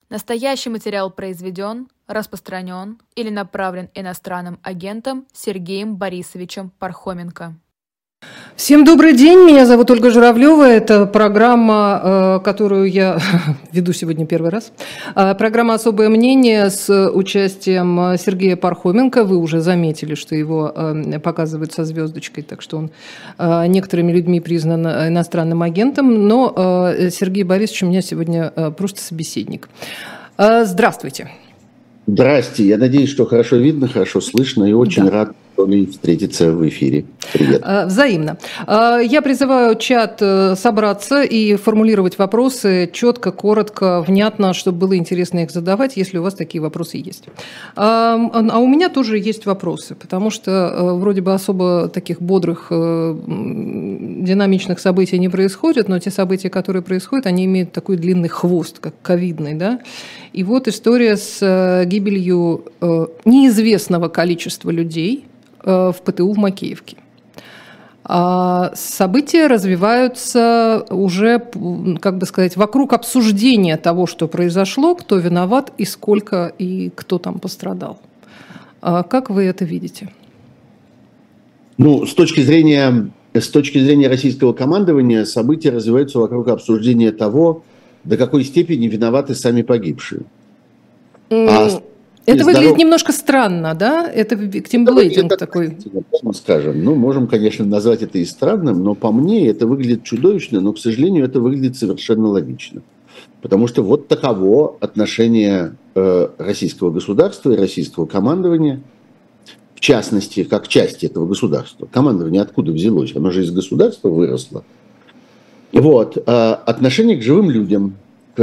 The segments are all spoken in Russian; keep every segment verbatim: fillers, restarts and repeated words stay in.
Настоящий материал произведен, распространен или направлен иностранным агентом Сергеем Борисовичем Пархоменко. Всем добрый день, меня зовут Ольга Журавлева, это программа, которую я веду сегодня первый раз, программа «Особое мнение» с участием Сергея Пархоменко. Вы уже заметили, что его показывают со звездочкой, так что он некоторыми людьми признан иностранным агентом, но Сергей Борисович у меня сегодня просто собеседник. Здравствуйте. Здрасте, я надеюсь, что хорошо видно, хорошо слышно и очень да. рад встретиться в эфире. Привет. Взаимно. Я призываю чат собраться и формулировать вопросы четко, коротко, внятно, чтобы было интересно их задавать, если у вас такие вопросы есть. А у меня тоже есть вопросы, потому что вроде бы особо таких бодрых, динамичных событий не происходит, но те события, которые происходят, они имеют такой длинный хвост, как ковидный, да? И вот история с гибелью неизвестного количества людей в ПТУ в Макеевке. А события развиваются уже, как бы сказать, вокруг обсуждения того, что произошло, кто виноват и сколько, и кто там пострадал. А как вы это видите? Ну, с точки зрения, с точки зрения российского командования, события развиваются вокруг обсуждения того, до какой степени виноваты сами погибшие. Mm. А Это выглядит здоров... немножко странно, да? Это виктимблейдинг такой. Мы скажем, ну, можем, конечно, назвать это и странным, но по мне это выглядит чудовищно, но, к сожалению, это выглядит совершенно логично. Потому что вот таково отношение э, российского государства и российского командования, в частности, как части этого государства. Командование откуда взялось? Оно же из государства выросло. Вот. Э, отношение к живым людям,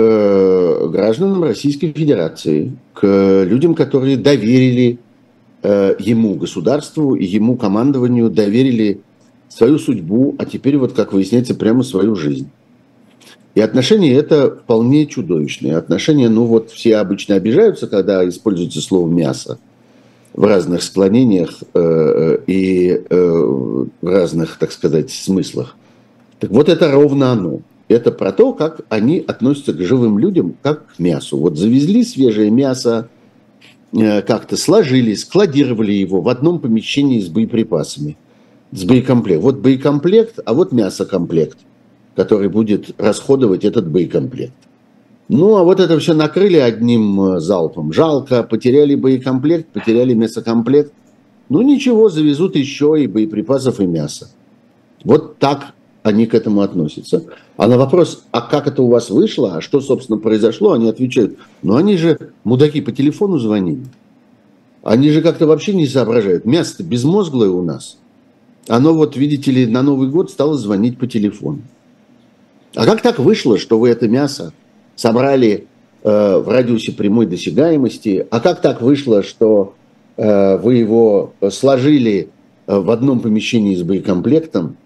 к гражданам Российской Федерации, к людям, которые доверили э, ему, государству и ему командованию, доверили свою судьбу, а теперь, вот как выясняется, прямо свою жизнь. И отношения это вполне чудовищные. Отношения, ну вот все обычно обижаются, когда используется слово «мясо» в разных склонениях э, и э, в разных, так сказать, смыслах. Так вот это ровно оно. Это про то, как они относятся к живым людям, как к мясу. Вот завезли свежее мясо, как-то сложили, складировали его в одном помещении с боеприпасами, с боекомплектом. Вот боекомплект, а вот мясокомплект, который будет расходовать этот боекомплект. Ну, а вот это все накрыли одним залпом. Жалко, потеряли боекомплект, потеряли мясокомплект. Ну, ничего, завезут еще и боеприпасов, и мяса. Вот так они к этому относятся. А на вопрос, а как это у вас вышло, а что, собственно, произошло, они отвечают, ну они же, мудаки, по телефону звонили. Они же как-то вообще не соображают. Мясо-то безмозглое у нас. Оно вот, видите ли, на Новый год стало звонить по телефону. А как так вышло, что вы это мясо собрали э, в радиусе прямой досягаемости? А как так вышло, что э, вы его сложили э, в одном помещении с боекомплектом?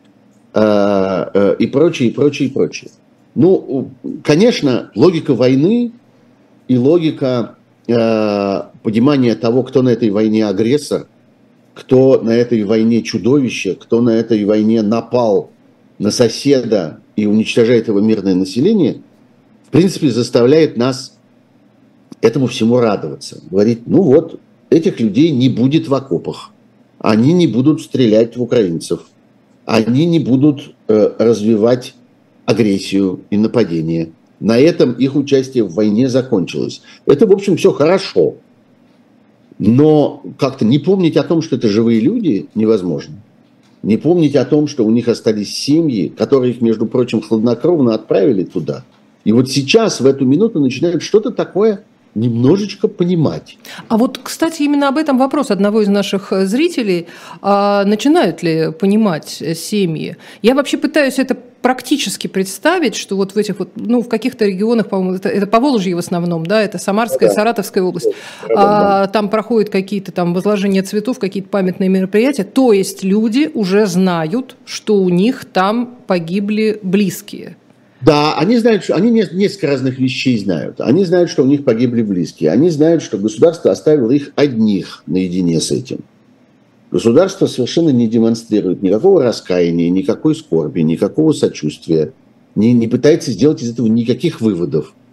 И прочее, и прочее, и прочее. Ну, конечно, логика войны и логика э, понимания того, кто на этой войне агрессор, кто на этой войне чудовище, кто на этой войне напал на соседа и уничтожает его мирное население, в принципе, заставляет нас этому всему радоваться. Говорит, ну вот, этих людей не будет в окопах, они не будут стрелять в украинцев. Они не будут э, развивать агрессию и нападение. На этом их участие в войне закончилось. Это, в общем, все хорошо. Но как-то не помнить о том, что это живые люди, невозможно. Не помнить о том, что у них остались семьи, которые их, между прочим, хладнокровно отправили туда. И вот сейчас, в эту минуту, начинают что-то такое немножечко понимать. А вот, кстати, именно об этом вопрос одного из наших зрителей. А начинают ли понимать семьи? Я вообще пытаюсь это практически представить, что вот в этих вот, ну, в каких-то регионах, по-моему, это, это Поволжье в основном, да, это Самарская, да, Саратовская область, да, а, да. Там проходят какие-то там возложения цветов, какие-то памятные мероприятия, то есть люди уже знают, что у них там погибли близкие. Да, они знают, что они несколько разных вещей знают. Они знают, что у них погибли близкие. Они знают, что государство оставило их одних наедине с этим. Государство совершенно не демонстрирует никакого раскаяния, никакой скорби, никакого сочувствия. Не, не пытается сделать из этого никаких выводов.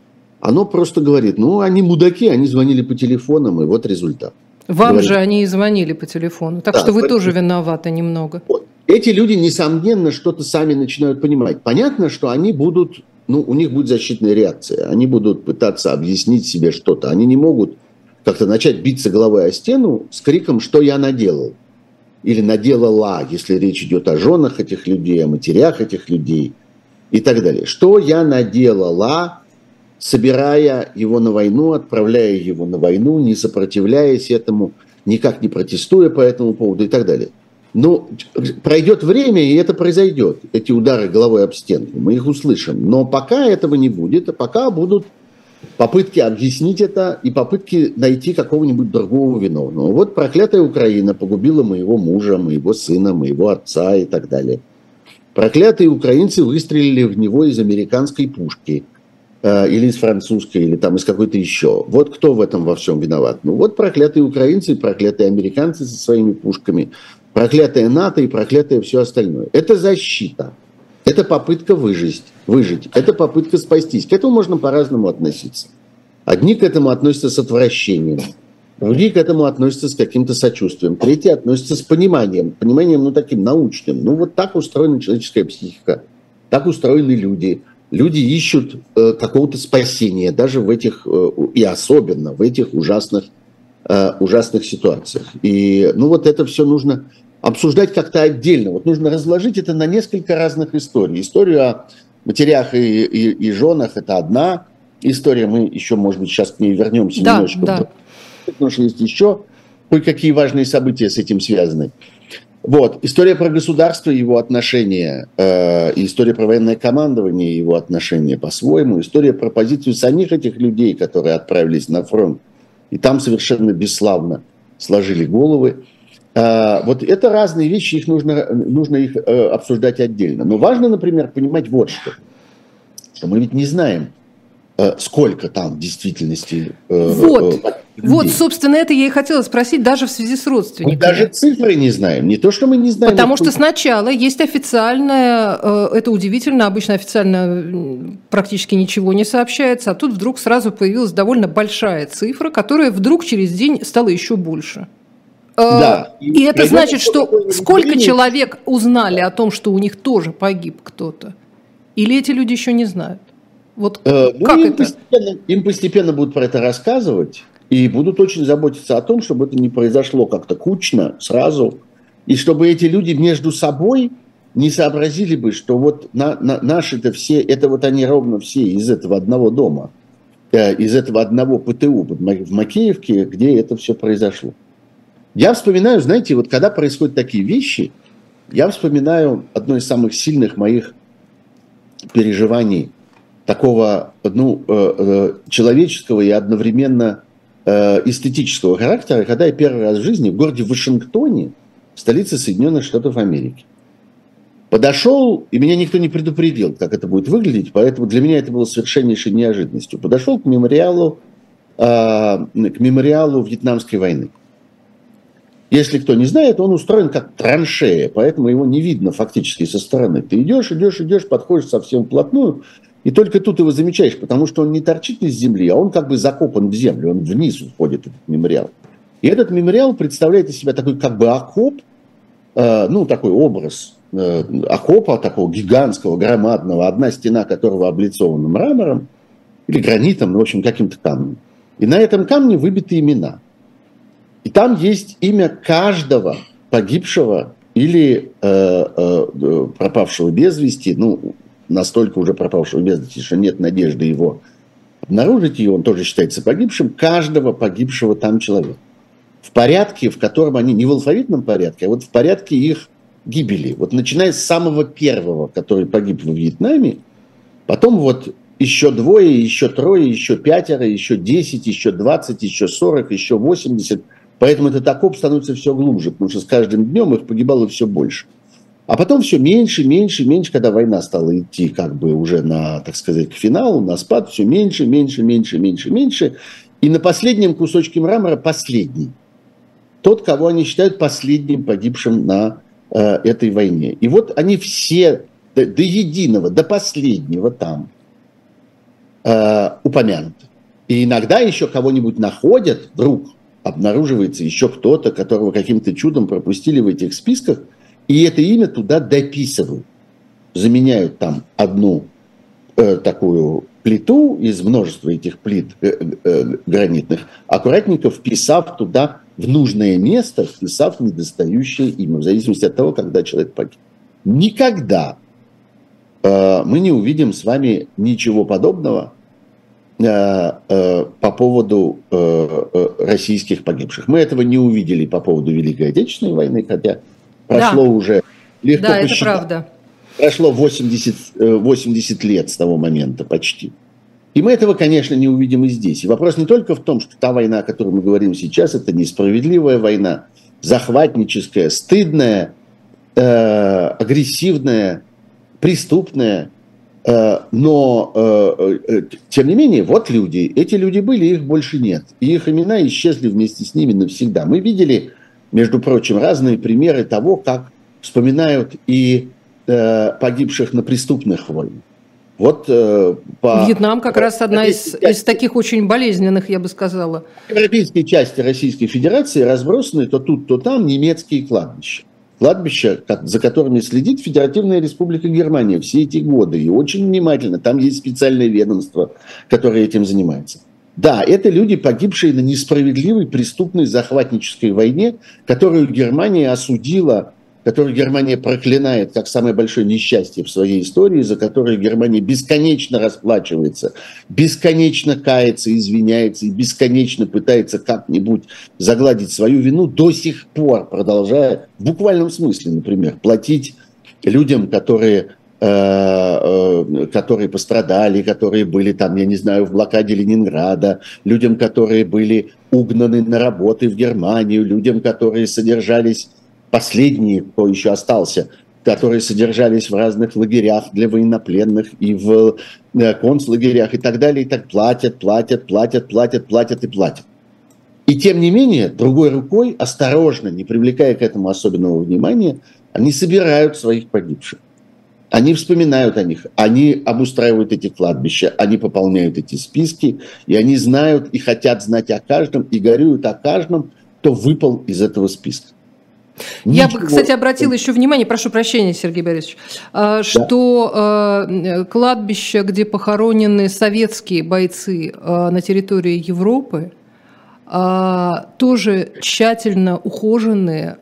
оно просто говорит, ну, они мудаки, они звонили по телефонам, и вот результат. Вам Говорит, же они и звонили по телефону, так да, что вы поэтому... тоже виноваты немного. Вот. Эти люди, несомненно, что-то сами начинают понимать. Понятно, что они будут, ну, у них будет защитная реакция, они будут пытаться объяснить себе что-то, они не могут как-то начать биться головой о стену с криком «что я наделал?» или «наделала», если речь идет о женах этих людей, о матерях этих людей и так далее. «Что я наделала?» собирая его на войну, отправляя его на войну, не сопротивляясь этому, никак не протестуя по этому поводу и так далее. Но пройдет время, и это произойдет, эти удары головой об стенку, мы их услышим. Но пока этого не будет, а пока будут попытки объяснить это и попытки найти какого-нибудь другого виновного. Вот проклятая Украина погубила моего мужа, моего сына, моего отца и так далее. Проклятые украинцы выстрелили в него из американской пушки. Или из французской, или там из какой-то еще. Вот кто в этом во всем виноват? Ну вот проклятые украинцы, проклятые американцы со своими пушками, проклятая НАТО и проклятое все остальное. Это защита. Это попытка выжить, выжить. Это попытка спастись. К этому можно по-разному относиться. Одни к этому относятся с отвращением, другие к этому относятся с каким-то сочувствием, третьи относятся с пониманием. Пониманием, ну, таким научным. Ну, вот так устроена человеческая психика. Так устроены люди. Люди ищут э, какого-то спасения даже в этих, э, и особенно в этих ужасных, э, ужасных ситуациях. И ну вот это все нужно обсуждать как-то отдельно. Вот нужно разложить это на несколько разных историй. Историю о матерях и, и, и женах – это одна история. Мы еще, может быть, сейчас к ней вернемся да, немножко. Да. Потому что есть еще кое-какие важные события с этим связаны. Вот. История про государство и его отношения, э, история про военное командование и его отношения по-своему, история про позицию самих этих людей, которые отправились на фронт, и там совершенно бесславно сложили головы. Э, вот это разные вещи, их нужно, нужно их э, обсуждать отдельно. Но важно, например, понимать вот что, что мы ведь не знаем, э, сколько там в действительности э, вот. э, Вот, собственно, это я и хотела спросить, даже в связи с родственниками. Мы даже цифры не знаем, не то, что мы не знаем. Потому что сначала есть официальное, это удивительно, обычно официально практически ничего не сообщается, а тут вдруг сразу появилась довольно большая цифра, которая вдруг через день стала еще больше. Да. И, и это значит, что сколько человек узнали о том, что у них тоже погиб кто-то? Или эти люди еще не знают? Вот э, как ну, им это? Постепенно, им постепенно будут про это рассказывать. И будут очень заботиться о том, чтобы это не произошло как-то кучно, сразу. И чтобы эти люди между собой не сообразили бы, что вот на, на, наши-то все, это вот они ровно все из этого одного дома, э, из этого одного ПТУ в Макеевке, где это все произошло. Я вспоминаю, знаете, вот когда происходят такие вещи, я вспоминаю одно из самых сильных моих переживаний такого, ну, э, э, человеческого и одновременно эстетического характера, когда я первый раз в жизни в городе Вашингтоне, столице Соединенных Штатов Америки, подошел, и меня никто не предупредил, как это будет выглядеть, поэтому для меня это было совершеннейшей неожиданностью. Подошел к мемориалу, э, к мемориалу Вьетнамской войны. Если кто не знает, он устроен как траншея, поэтому его не видно фактически со стороны. Ты идешь, идешь, идешь, подходишь совсем вплотную, и только тут его замечаешь, потому что он не торчит из земли, а он как бы закопан в землю, он вниз уходит, этот мемориал. И этот мемориал представляет из себя такой как бы окоп, э, ну такой образ э, окопа, такого гигантского, громадного, одна стена которого облицована мрамором или гранитом, ну в общем каким-то камнем. И на этом камне выбиты имена. И там есть имя каждого погибшего или э, э, пропавшего без вести, ну, настолько уже пропавшего без вести, что нет надежды его обнаружить, и он тоже считается погибшим, каждого погибшего там человека. В порядке, в котором они, не в алфавитном порядке, а вот в порядке их гибели. Вот начиная с самого первого, который погиб во Вьетнаме, потом вот еще двое, еще трое, еще пятеро, еще десять, еще двадцать, еще сорок, еще восемьдесят. Поэтому этот окоп становится все глубже, потому что с каждым днем их погибало все больше. А потом все меньше, меньше, меньше, когда война стала идти как бы уже на, так сказать, к финалу, на спад, все меньше, меньше, меньше, меньше, меньше. И на последнем кусочке мрамора последний. Тот, кого они считают последним погибшим на э, этой войне. И вот они все до, до единого, до последнего там. э, упомянуты. И иногда еще кого-нибудь находят, вдруг обнаруживается еще кто-то, которого каким-то чудом пропустили в этих списках, и это имя туда дописывают. Заменяют там одну э, такую плиту из множества этих плит э, э, гранитных, аккуратненько вписав туда в нужное место, вписав недостающее имя, в зависимости от того, когда человек погиб. Никогда э, мы не увидим с вами ничего подобного по поводу российских погибших. Мы этого не увидели по поводу Великой Отечественной войны, хотя прошло да. уже легко да, посчитать. Это правда. Прошло восемьдесят, восемьдесят лет с того момента почти. И мы этого, конечно, не увидим и здесь. И вопрос не только в том, что та война, о которой мы говорим сейчас, это несправедливая война, захватническая, стыдная, э, агрессивная, преступная. Но, тем не менее, вот люди, эти люди были, их больше нет. И их имена исчезли вместе с ними навсегда. Мы видели, между прочим, разные примеры того, как вспоминают и погибших на преступных войнах. Вот, по... Вьетнам как раз одна из, из таких очень болезненных, я бы сказала. В европейской части Российской Федерации разбросаны то тут, то там немецкие кладбища. Кладбища, за которыми следит Федеративная Республика Германия все эти годы. И очень внимательно. Там есть специальное ведомство, которое этим занимается. Да, это люди, погибшие на несправедливой, преступной, захватнической войне, которую Германия осудила, которую Германия проклинает как самое большое несчастье в своей истории, за которое Германия бесконечно расплачивается, бесконечно кается, извиняется и бесконечно пытается как-нибудь загладить свою вину, до сих пор продолжая, в буквальном смысле, например, платить людям, которые, э, э, которые пострадали, которые были там, я не знаю, в блокаде Ленинграда, людям, которые были угнаны на работы в Германию, людям, которые содержались, последние, кто еще остался, которые содержались в разных лагерях для военнопленных и в концлагерях и так далее, и так платят, платят, платят, платят, платят и платят. И тем не менее, другой рукой, осторожно, не привлекая к этому особенного внимания, они собирают своих погибших. Они вспоминают о них, они обустраивают эти кладбища, они пополняют эти списки, и они знают и хотят знать о каждом, и горюют о каждом, кто выпал из этого списка. Я бы, кстати, обратила еще внимание, прошу прощения, Сергей Борисович, что да. кладбища, где похоронены советские бойцы на территории Европы, тоже тщательно ухоженные,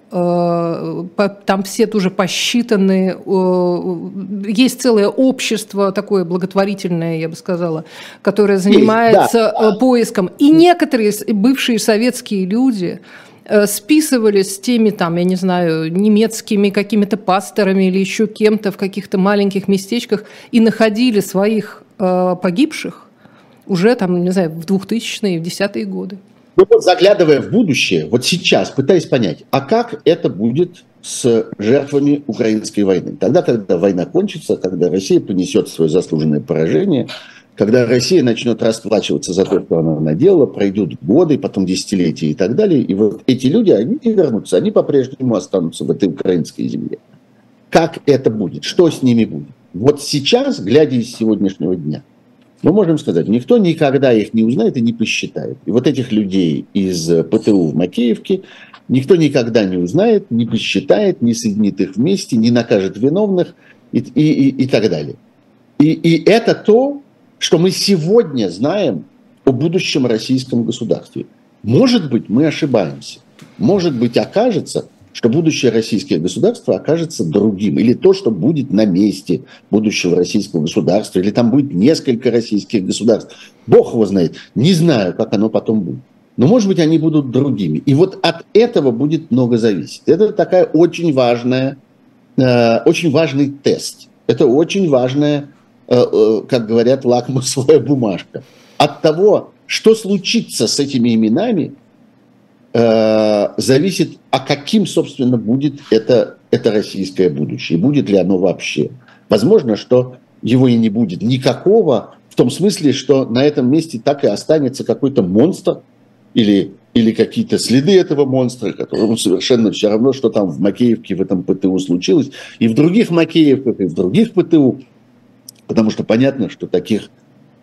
там все тоже посчитаны, есть целое общество такое благотворительное, я бы сказала, которое занимается да. поиском. И некоторые бывшие советские люди списывались с теми, там, я не знаю, немецкими какими-то пасторами или еще кем-то в каких-то маленьких местечках и находили своих э, погибших уже, там, не знаю, в двухтысячные, в десятые годы. Ну вот, заглядывая в будущее, вот сейчас, пытаясь понять, а как это будет с жертвами украинской войны? Тогда, когда война кончится, когда Россия понесет свое заслуженное поражение, когда Россия начнет расплачиваться за то, что она наделала, пройдут годы, потом десятилетия и так далее, и вот эти люди, они не вернутся, они по-прежнему останутся в этой украинской земле. Как это будет? Что с ними будет? Вот сейчас, глядя из сегодняшнего дня, мы можем сказать, никто никогда их не узнает и не посчитает. И вот этих людей из ПТУ в Макеевке никто никогда не узнает, не посчитает, не соединит их вместе, не накажет виновных и, и, и, и так далее. И, и это то, что мы сегодня знаем о будущем российском государстве. Может быть, мы ошибаемся. Может быть, окажется, что будущее российское государство окажется другим. Или то, что будет на месте будущего российского государства. Или там будет несколько российских государств. Бог его знает. Не знаю, как оно потом будет. Но, может быть, они будут другими. И вот от этого будет много зависеть. Это такая очень важная, э, очень важный тест. Это очень важная, как говорят, лакмусовая бумажка. От того, что случится с этими именами, зависит, а каким, собственно, будет это, это российское будущее. Будет ли оно вообще. Возможно, что его и не будет никакого, в том смысле, что на этом месте так и останется какой-то монстр или, или какие-то следы этого монстра, которому совершенно все равно, что там в Макеевке, в этом ПТУ случилось, и в других Макеевках, и в других ПТУ. Потому что понятно, что таких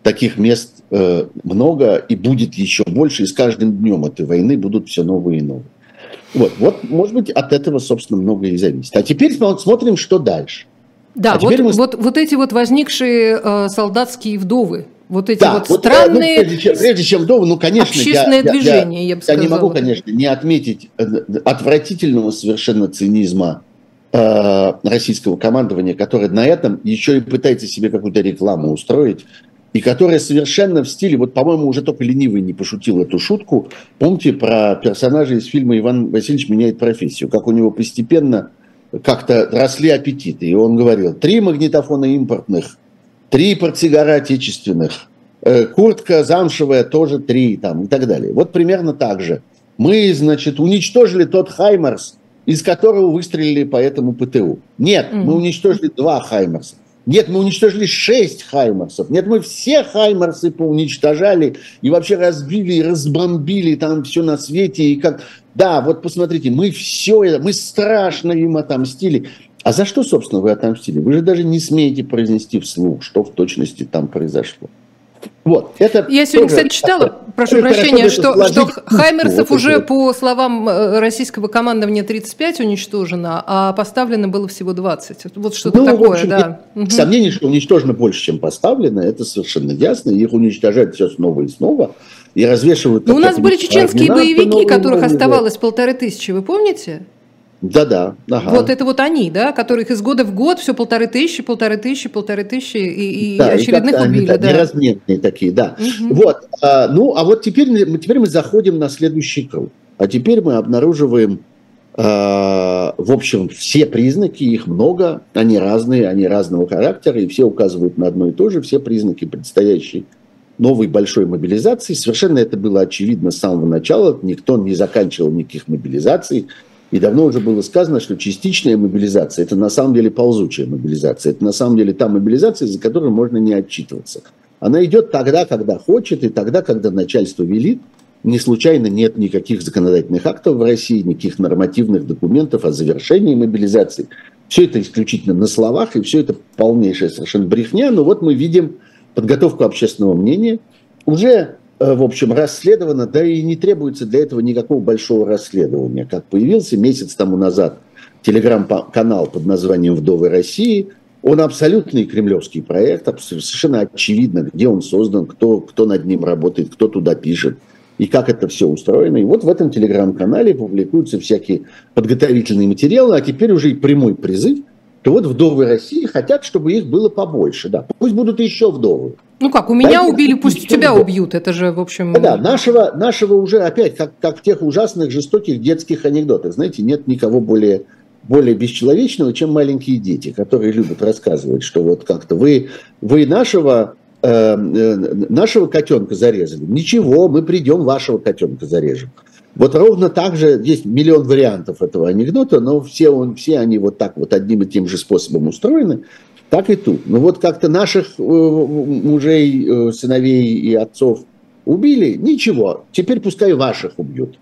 таких мест э, много и будет еще больше, и с каждым днем этой войны будут все новые и новые. Вот, вот, может быть, от этого, собственно, многое и зависит. А теперь смотрим, что дальше. Да, а вот, мы... вот, вот эти вот возникшие э, солдатские вдовы, вот эти да, вот, вот странные... Ну, прежде, чем, прежде чем вдовы, ну, конечно, общественное я, движение, я, я бы я сказала. не могу, конечно, не отметить отвратительного совершенно цинизма э, российского командования, которое на этом еще и пытается себе какую-то рекламу устроить, и которая совершенно в стиле, вот, по-моему, уже только ленивый не пошутил эту шутку. Помните про персонажа из фильма «Иван Васильевич меняет профессию», как у него постепенно как-то росли аппетиты. И он говорил, три магнитофона импортных, три портсигара отечественных, э, куртка замшевая тоже три, там, и так далее. Вот примерно так же. Мы, значит, уничтожили тот «Хаймарс», из которого выстрелили по этому ПТУ. Нет, mm-hmm. мы уничтожили два «Хаймарса». Нет, мы уничтожили шесть «Хаймарсов». Нет, мы все «Хаймарсы» поуничтожали и вообще разбили, и разбомбили там все на свете. И как... Да, вот посмотрите, мы все это, мы страшно им отомстили. А за что, собственно, вы отомстили? Вы же даже не смеете произнести вслух, что в точности там произошло. Вот, это Я сегодня, кстати, читала, прошу прощения, что, что «Хаймерсов» вот уже, это... по словам российского командования, тридцать пять уничтожено, а поставлено было всего двадцать. Вот что-то ну, такое, общем, да. Сомнений, что уничтожено больше, чем поставлено, это совершенно ясно. Их уничтожают все снова и снова. И развешивают... Но у нас были чеченские боевики, которых оставалось полторы тысячи, вы помните? Да-да. Ага. Вот это вот они, да, которых из года в год все полторы тысячи, полторы тысячи, полторы тысячи и, и да, очередных и убили. Они, да. неразменные такие, да. Угу. Вот, а, ну, а вот теперь, теперь мы заходим на следующий круг. А теперь мы обнаруживаем, а, в общем, все признаки, их много, они разные, они разного характера, и все указывают на одно и то же, все признаки предстоящей новой большой мобилизации. Совершенно это было очевидно с самого начала, никто не заканчивал никаких мобилизаций. И давно уже было сказано, что частичная мобилизация – это на самом деле ползучая мобилизация. Это на самом деле та мобилизация, за которую можно не отчитываться. Она идет тогда, когда хочет, и тогда, когда начальство велит. Не случайно нет никаких законодательных актов в России, никаких нормативных документов о завершении мобилизации. Все это исключительно на словах, и все это полнейшая совершенно брехня. Но вот мы видим подготовку общественного мнения. Уже... в общем, расследовано, да и не требуется для этого никакого большого расследования. Как появился месяц тому назад телеграм-канал под названием «Вдовы России», он абсолютный кремлевский проект, совершенно очевидно, где он создан, кто, кто над ним работает, кто туда пишет и как это все устроено. И вот в этом телеграм-канале публикуются всякие подготовительные материалы, а теперь уже и прямой призыв, что вот вдовы России хотят, чтобы их было побольше. Да, пусть будут еще вдовы. Ну как, у меня Дайте убили, пусть тебя вдов. Убьют. Это же, в общем... Да, нашего, нашего уже опять, как, как в тех ужасных, жестоких детских анекдотах. Знаете, нет никого более, более бесчеловечного, чем маленькие дети, которые любят рассказывать, что вот как-то вы, вы нашего, э, нашего котенка зарезали. Ничего, мы придем, вашего котенка зарежем. Вот ровно так же, есть миллион вариантов этого анекдота, но все, он, все они вот так вот одним и тем же способом устроены, так и тут. Ну вот как-то наших э, мужей, э, сыновей и отцов убили, ничего, теперь пускай ваших убьют.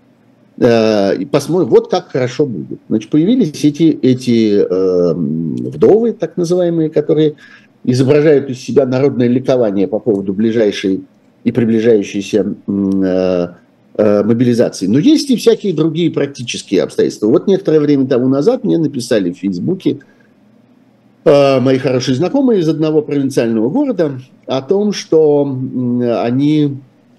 Э, и посмотрим, вот как хорошо будет. Значит, появились эти, эти э, вдовы, так называемые, которые изображают из себя народное ликование по поводу ближайшей и приближающейся э, мобилизации. Но есть и всякие другие практические обстоятельства. Вот некоторое время тому назад мне написали в Фейсбуке э, мои хорошие знакомые из одного провинциального города о том, что э, они,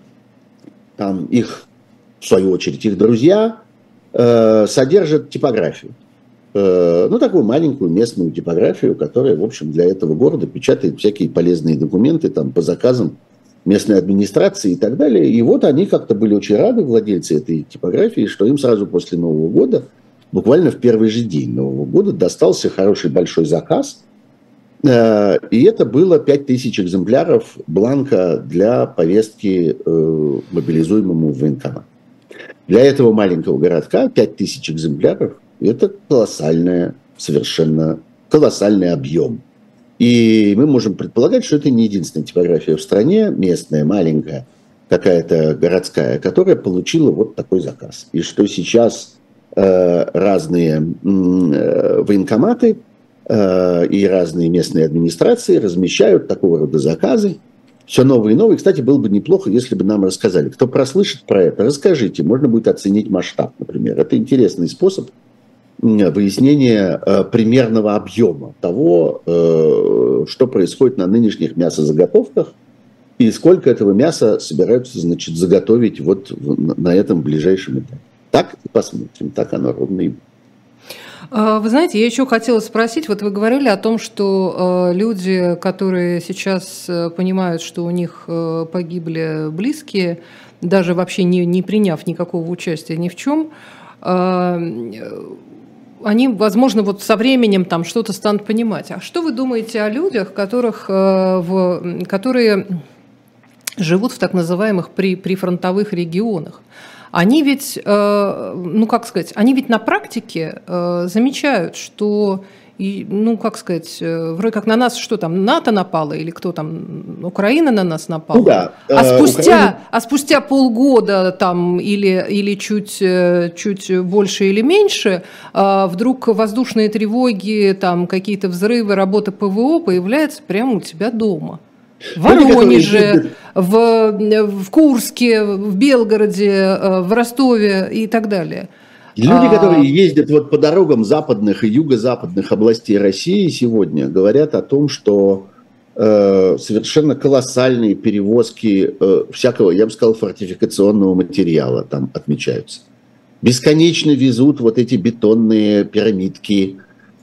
там, их, в свою очередь, их друзья э, содержат типографию. Э, ну, такую маленькую местную типографию, которая, в общем, для этого города печатает всякие полезные документы там, по заказам местной администрации и так далее. И вот они как-то были очень рады, владельцы этой типографии, что им сразу после Нового года, буквально в первый же день Нового года, достался хороший большой заказ. И это было пять тысяч экземпляров бланка для повестки мобилизуемому в военкомат. Для этого маленького городка пять тысяч экземпляров – это колоссальная, совершенно колоссальный объем. И мы можем предполагать, что это не единственная типография в стране, местная, маленькая, какая-то городская, которая получила вот такой заказ. И что сейчас э, разные э, военкоматы э, и разные местные администрации размещают такого рода заказы Все новые и новые. Кстати, было бы неплохо, если бы нам рассказали. Кто прослышит про это, расскажите. Можно будет оценить масштаб, например. Это интересный способ выяснения э, примерного объема того, э, что происходит на нынешних мясозаготовках и сколько этого мяса собираются, значит, заготовить вот в, на этом ближайшем этапе. Так и посмотрим. Так оно ровно и будет. Вы знаете, я еще хотела спросить, вот вы говорили о том, что э, люди, которые сейчас э, понимают, что у них э, погибли близкие, даже вообще не, не приняв никакого участия ни в чем, э, они, возможно, вот со временем там что-то станут понимать. А что вы думаете о людях, которых, э, в, которые живут в так называемых при, прифронтовых регионах? Они ведь, ну как сказать, они ведь на практике замечают, что, ну как сказать, вроде как на нас что там, НАТО напало или кто там, Украина на нас напала, ну, да. а, спустя, Украина... а спустя полгода там или, или чуть, чуть больше или меньше, вдруг воздушные тревоги, там какие-то взрывы, работа ПВО появляются прямо у тебя дома. В Воронеже, в, в Курске, в Белгороде, в Ростове и так далее. Люди, которые ездят вот по дорогам западных и юго-западных областей России сегодня, говорят о том, что э, совершенно колоссальные перевозки э, всякого, я бы сказал, фортификационного материала там отмечаются. Бесконечно везут вот эти бетонные пирамидки,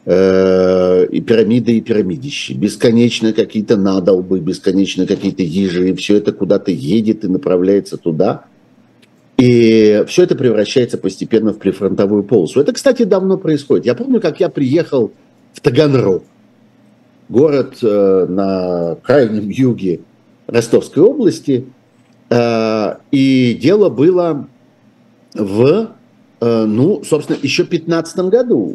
и пирамиды, и пирамидищи. Бесконечно какие-то надолбы, бесконечно какие-то ежи. И все это куда-то едет и направляется туда. И все это превращается постепенно в прифронтовую полосу. Это, кстати, давно происходит. Я помню, как я приехал в Таганрог, город на крайнем юге Ростовской области. И дело было в... Ну, собственно, еще в две тысячи пятнадцатом году,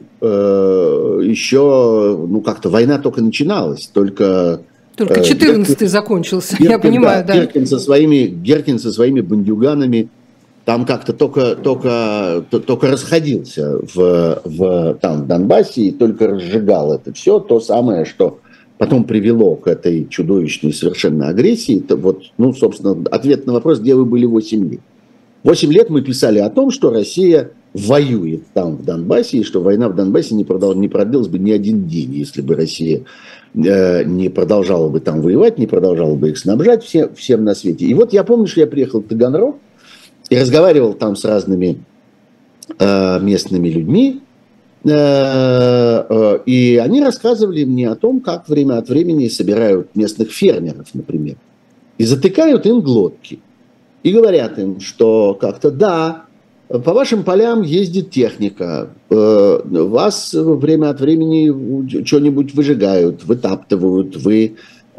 еще, ну, как-то война только начиналась, только... Только четырнадцатый закончился, Геркин, я понимаю, да. да. Геркин со своими, Геркин со своими бандюганами там как-то только, только, только расходился в, в, там, в Донбассе и только разжигал это все, то самое, что потом привело к этой чудовищной совершенно агрессии. Это вот, ну, собственно, ответ на вопрос, где вы были восемь лет. Восемь лет мы писали о том, что Россия воюет там, в Донбассе, и что война в Донбассе не, продол- не продлилась бы ни один день, если бы Россия э, не продолжала бы там воевать, не продолжала бы их снабжать все, всем на свете. И вот я помню, что я приехал в Таганрог и разговаривал там с разными э, местными людьми, э, э, и они рассказывали мне о том, как время от времени собирают местных фермеров, например, и затыкают им глотки. И говорят им, что как-то да, по вашим полям ездит техника, вас время от времени что-нибудь выжигают, вытаптывают, вы,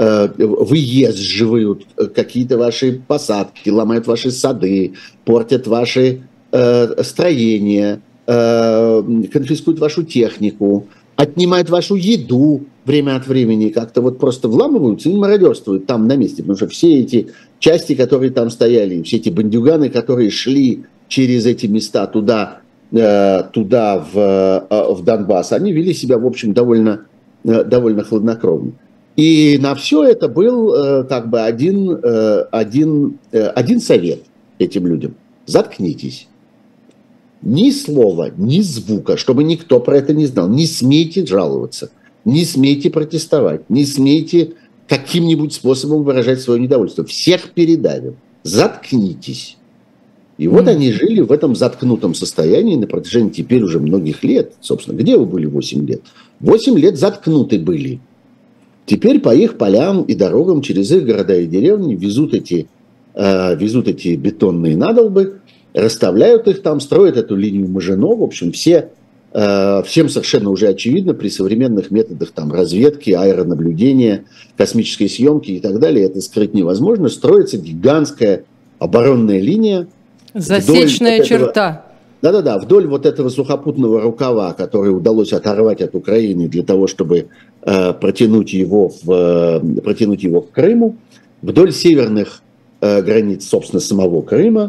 выезживают какие-то ваши посадки, ломают ваши сады, портят ваши строения, конфискуют вашу технику, отнимают вашу еду время от времени, как-то вот просто вламываются и мародерствуют там на месте, потому что все эти части, которые там стояли, все эти бандюганы, которые шли через эти места туда, туда в, в Донбасс, они вели себя, в общем, довольно, довольно хладнокровно. И на все это был как бы один, один, один совет этим людям. Заткнитесь. Ни слова, ни звука, чтобы никто про это не знал. Не смейте жаловаться, не смейте протестовать, не смейте каким-нибудь способом выражать свое недовольство. Всех передавим. Заткнитесь. И вот mm-hmm. они жили в этом заткнутом состоянии на протяжении теперь уже многих лет. Собственно, где вы были восемь лет? восемь лет заткнуты были. Теперь по их полям и дорогам через их города и деревни везут эти, э, везут эти бетонные надолбы, расставляют их там, строят эту линию Мажино. В общем, все, э, всем совершенно уже очевидно при современных методах там, разведки, аэронаблюдения, космической съемки и так далее, это скрыть невозможно. Строится гигантская оборонная линия. Засечная вот черта. Этого, да-да-да, вдоль вот этого сухопутного рукава, который удалось оторвать от Украины для того, чтобы э, протянуть, его в, э, протянуть его к Крыму, вдоль северных э, границ, собственно, самого Крыма.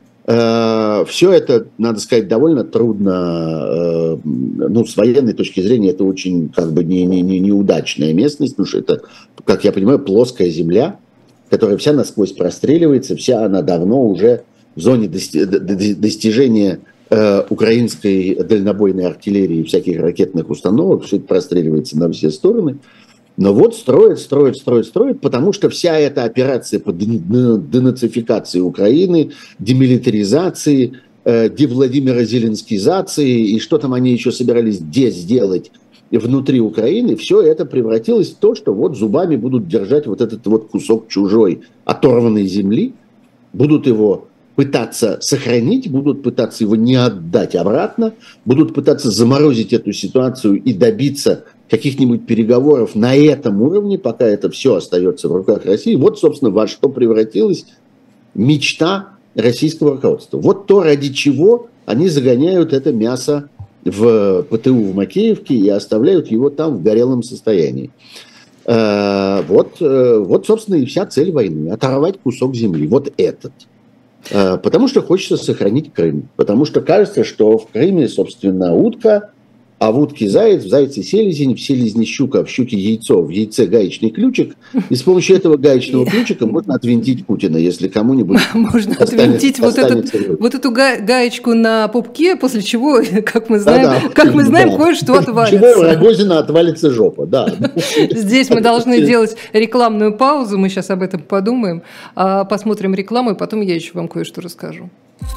Э, все это, надо сказать, довольно трудно, э, ну, с военной точки зрения, это очень, как бы, не, не, не, неудачная местность, потому что это, как я понимаю, плоская земля. которая вся насквозь простреливается, вся она давно уже в зоне достижения э, украинской дальнобойной артиллерии и всяких ракетных установок, все это простреливается на все стороны. Но вот строят, строят, строят, строят, потому что вся эта операция по денацификации Украины, демилитаризации, э, девладимирозеленскизации и что там они еще собирались де сделать внутри Украины, все это превратилось в то, что вот зубами будут держать вот этот вот кусок чужой оторванной земли, будут его пытаться сохранить, будут пытаться его не отдать обратно, будут пытаться заморозить эту ситуацию и добиться каких-нибудь переговоров на этом уровне, пока это все остается в руках России. Вот, собственно, во что превратилась мечта российского руководства. Вот то, ради чего они загоняют это мясо в ПТУ в Макеевке и оставляют его там в горелом состоянии. Вот, вот, собственно, и вся цель войны. Оторвать кусок земли. Вот этот. Потому что хочется сохранить Крым. Потому что кажется, что в Крыме, собственно, утка, а в утке заяц, в зайце селезень, в селезне щука, в щуке яйцо, в яйце гаечный ключик. И с помощью этого гаечного ключика можно отвинтить Путина, если кому-нибудь можно отвинтить вот, этот, вот эту га- гаечку на пупке, после чего, как мы знаем, да, да. Как мы знаем, да. Кое-что отвалится. Чего у Рогозина отвалится жопа, да. Здесь мы должны делать рекламную паузу, мы сейчас об этом подумаем, посмотрим рекламу, и потом я еще вам кое-что расскажу.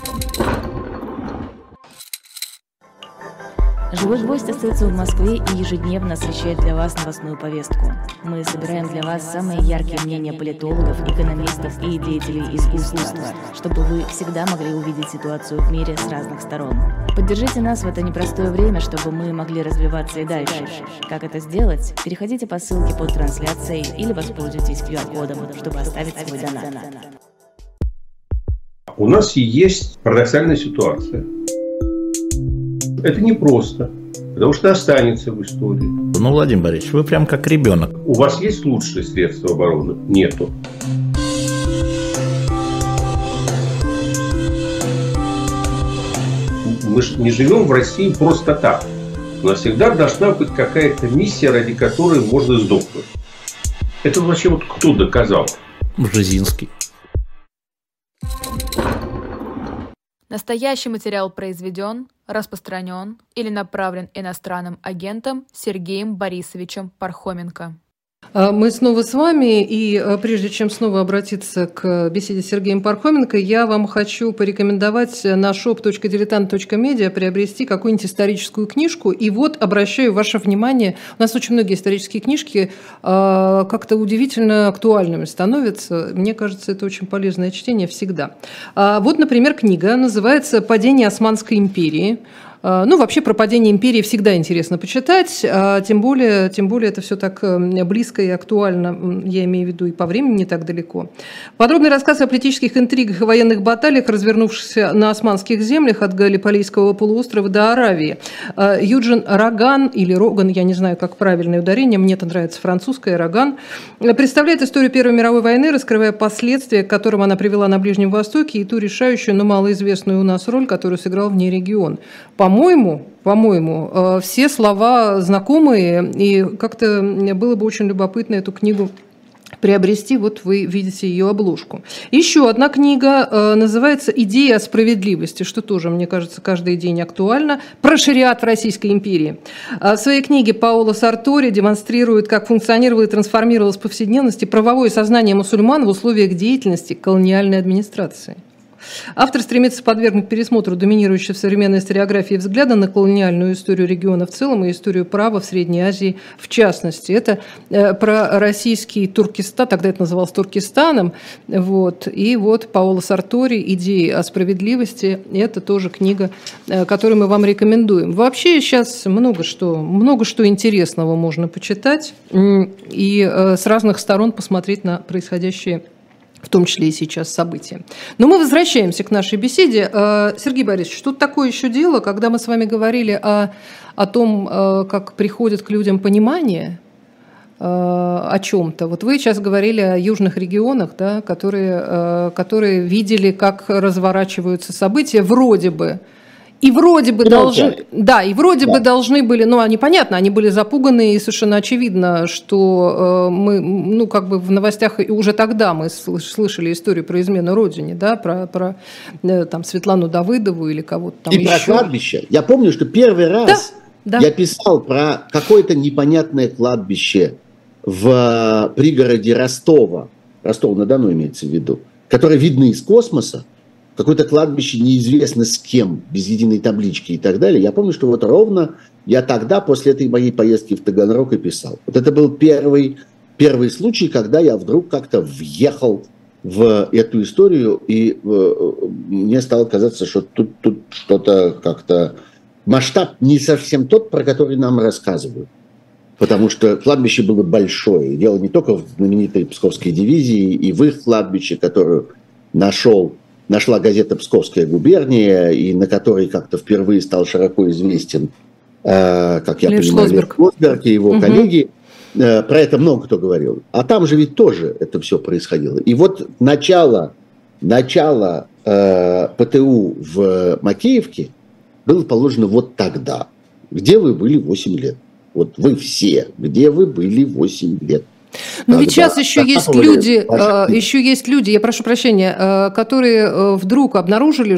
«Живой гвоздь» остается в Москве и ежедневно освещает для вас новостную повестку. Мы собираем для вас самые яркие мнения политологов, экономистов и деятелей искусства, чтобы вы всегда могли увидеть ситуацию в мире с разных сторон. Поддержите нас в это непростое время, чтобы мы могли развиваться и дальше. Как это сделать? Переходите по ссылке под трансляцией или воспользуйтесь ку ар-кодом, чтобы оставить свой донат. У нас есть парадоксальная ситуация. Это непросто, потому что останется в истории. Ну, Владимир Борисович, вы прям как ребенок. У вас есть лучшие средства обороны? Нету. Мы же не живем в России просто так. У нас всегда должна быть какая-то миссия, ради которой можно сдохнуть. Это вообще вот кто доказал? Бжезинский. Настоящий материал произведен, распространен или направлен иностранным агентом Сергеем Борисовичем Пархоменко. Мы снова с вами, и прежде чем снова обратиться к беседе с Сергеем Пархоменко, я вам хочу порекомендовать на шоп точка дилетант точка медиа приобрести какую-нибудь историческую книжку. И вот обращаю ваше внимание, у нас очень многие исторические книжки как-то удивительно актуальными становятся. Мне кажется, это очень полезное чтение всегда. Вот, например, книга называется «Падение Османской империи». Ну, вообще, про падение империи всегда интересно почитать, тем более, тем более это все так близко и актуально, я имею в виду, и по времени не так далеко. Подробный рассказ о политических интригах и военных баталиях, развернувшихся на османских землях от Галлиполийского полуострова до Аравии. Юджин Роган, или Роган, я не знаю, как правильное ударение, мне-то нравится французское, Роган, представляет историю Первой мировой войны, раскрывая последствия, к которым она привела на Ближнем Востоке, и ту решающую, но малоизвестную у нас роль, которую сыграл в ней регион. По-моему, по-моему, все слова знакомые, и как-то было бы очень любопытно эту книгу приобрести. Вот вы видите ее обложку. Еще одна книга называется «Идея о справедливости», что тоже, мне кажется, каждый день актуально. Про шариат в Российской империи. В своей книге Паоло Сартори демонстрирует, как функционировала и трансформировалась в повседневности правовое сознание мусульман в условиях деятельности колониальной администрации. Автор стремится подвергнуть пересмотру доминирующего в современной историографии взгляда на колониальную историю региона в целом и историю права в Средней Азии в частности. Это э, про российский Туркестан, тогда это называлось Туркестаном. Вот. И вот Паоло Сартори «Идеи о справедливости» – это тоже книга, э, которую мы вам рекомендуем. Вообще сейчас много что, много что интересного можно почитать и э, с разных сторон посмотреть на происходящее, в том числе и сейчас, события. Но мы возвращаемся к нашей беседе. Сергей Борисович, что такое еще дело, когда мы с вами говорили о, о том, как приходит к людям понимание о чем-то. Вот вы сейчас говорили о южных регионах, да, которые, которые видели, как разворачиваются события вроде бы. И вроде бы И должны, молчали. да, и вроде Да. бы должны были, ну, они понятно, они были запуганы, и совершенно очевидно, что э, мы, ну, как бы в новостях и уже тогда мы слыш- слышали историю про измену родине, да, про, про э, там Светлану Давыдову или кого-то там И еще. про кладбище. Я помню, что первый раз да. я писал про какое-то непонятное кладбище в пригороде Ростова, Ростова-на-Дону имеется в виду, которое видно из космоса, какое-то кладбище неизвестно с кем, без единой таблички и так далее. Я помню, что вот ровно я тогда, после этой моей поездки в Таганрог, и писал. Вот это был первый, первый случай, когда я вдруг как-то въехал в эту историю, и э, мне стало казаться, что тут, тут что-то как-то... Масштаб не совсем тот, про который нам рассказывают. Потому что кладбище было большое. И дело не только в знаменитой Псковской дивизии и в их кладбище, которую нашел, нашла газета «Псковская губерния», и на которой как-то впервые стал широко известен, э, как я Лев понимаю, Шлосберг. Лев Шлосберг и его Угу. коллеги. Э, про это много кто говорил. А там же ведь тоже это все происходило. И вот начало, начало э, ПТУ в Макеевке было положено вот тогда. Где вы были восемь лет? Вот вы все, где вы были восемь лет? Но ведь Когда сейчас еще есть закапывали люди, ваши- э, еще есть люди, я прошу прощения, э, которые э, вдруг обнаружили,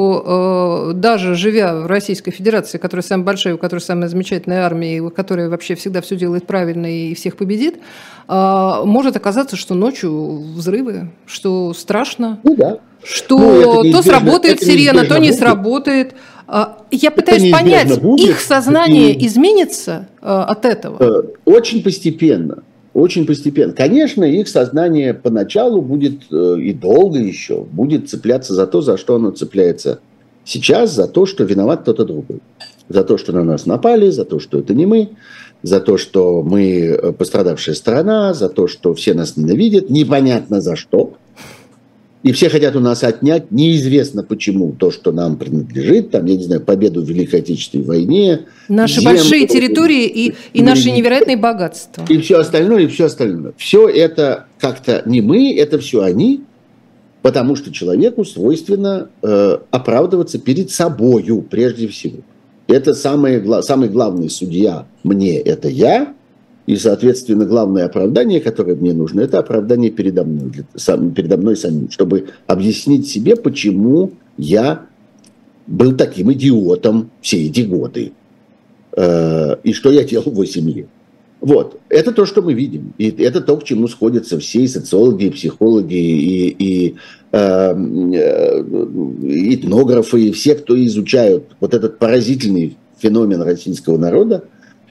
что э, даже живя в Российской Федерации, которая самая большая, у которой самая замечательная армия, и которая вообще всегда все делает правильно и всех победит, э, может оказаться, что ночью взрывы, что страшно, Ну да. что Ну, это то неизбежно- сработает это сирена, неизбежно то не будет. сработает. А, Я пытаюсь неизбежно понять, будет. их сознание И- изменится э, от этого? Э, Очень постепенно. Очень постепенно. Конечно, их сознание поначалу будет э, и долго еще будет цепляться за то, за что оно цепляется сейчас, за то, что виноват кто-то другой. За то, что на нас напали, за то, что это не мы, за то, что мы э, пострадавшая сторона, за то, что все нас ненавидят, непонятно за что. И все хотят у нас отнять, неизвестно почему, то, что нам принадлежит, там, я не знаю, победу в Великой Отечественной войне. Наши землю, большие территории и, и наши невероятные богатства. И все остальное, и все остальное. Все это как-то не мы, это все они, потому что человеку свойственно э, оправдываться перед собою прежде всего. Это самое, гла- самый главный судья мне, это я, и, соответственно, главное оправдание, которое мне нужно, это оправдание передо мной, для- сам, передо мной самим, чтобы объяснить себе, почему я был таким идиотом все эти годы. Э, и что я делал восемь лет. Вот. Это то, что мы видим. И это то, к чему сходятся все и социологи, и психологи, и, и э, э, этнографы, и все, кто изучают вот этот поразительный феномен российского народа,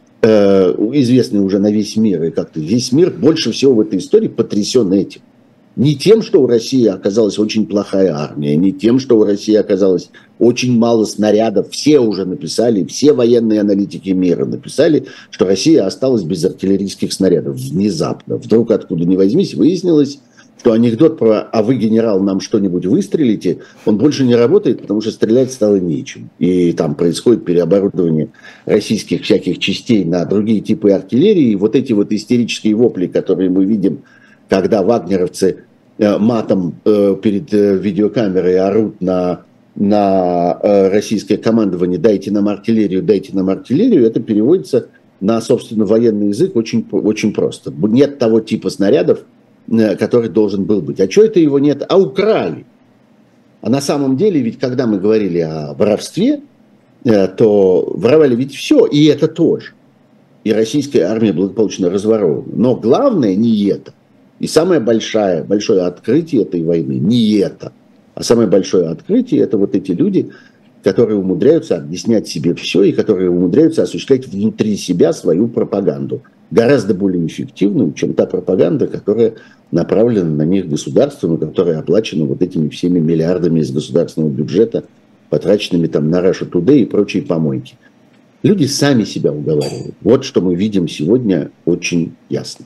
э, известный уже на весь мир. И как-то весь мир больше всего в этой истории потрясен этим. Не тем, что у России оказалась очень плохая армия, не тем, что у России оказалось очень мало снарядов. Все уже написали, все военные аналитики мира написали, что Россия осталась без артиллерийских снарядов внезапно. Вдруг откуда ни возьмись, выяснилось, что анекдот про «а вы, генерал, нам что-нибудь выстрелите», он больше не работает, потому что стрелять стало нечем. И там происходит переоборудование российских всяких частей на другие типы артиллерии. И вот эти вот истерические вопли, которые мы видим, когда вагнеровцы э, матом э, перед э, видеокамерой орут на, на э, российское командование «дайте нам артиллерию, дайте нам артиллерию», это переводится на, собственно, военный язык очень, очень просто. Нет того типа снарядов, э, который должен был быть. А что это его нет? А украли. А на самом деле, ведь когда мы говорили о воровстве, э, то воровали ведь все, и это тоже. И российская армия благополучно разворована. Но главное не это. И самое большое, большое открытие этой войны не это. А самое большое открытие – это вот эти люди, которые умудряются объяснять себе все и которые умудряются осуществлять внутри себя свою пропаганду. Гораздо более эффективную, чем та пропаганда, которая направлена на них государством, и которая оплачена вот этими всеми миллиардами из государственного бюджета, потраченными там на Russia Today и прочие помойки. Люди сами себя уговаривают. Вот что мы видим сегодня очень ясно.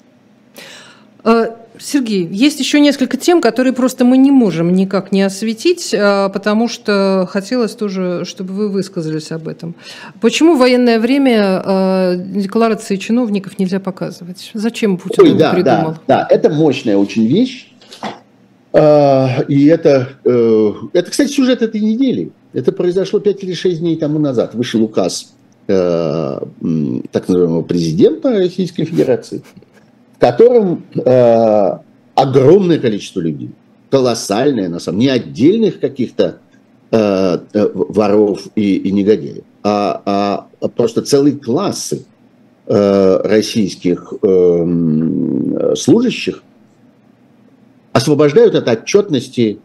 Сергей, есть еще несколько тем, которые просто мы не можем никак не осветить, потому что хотелось тоже, чтобы вы высказались об этом. Почему в военное время декларации чиновников нельзя показывать? Зачем Путин Ой, его да, придумал? Да, да, это мощная очень вещь. И это, это, кстати, сюжет этой недели. Это произошло пять или шесть дней тому назад. Вышел указ э, так называемого президента Российской Федерации, в котором э, огромное количество людей, колоссальное, на самом деле, не отдельных каких-то э, воров и, и негодяев, а, а просто целые классы э, российских э, служащих освобождают от отчетности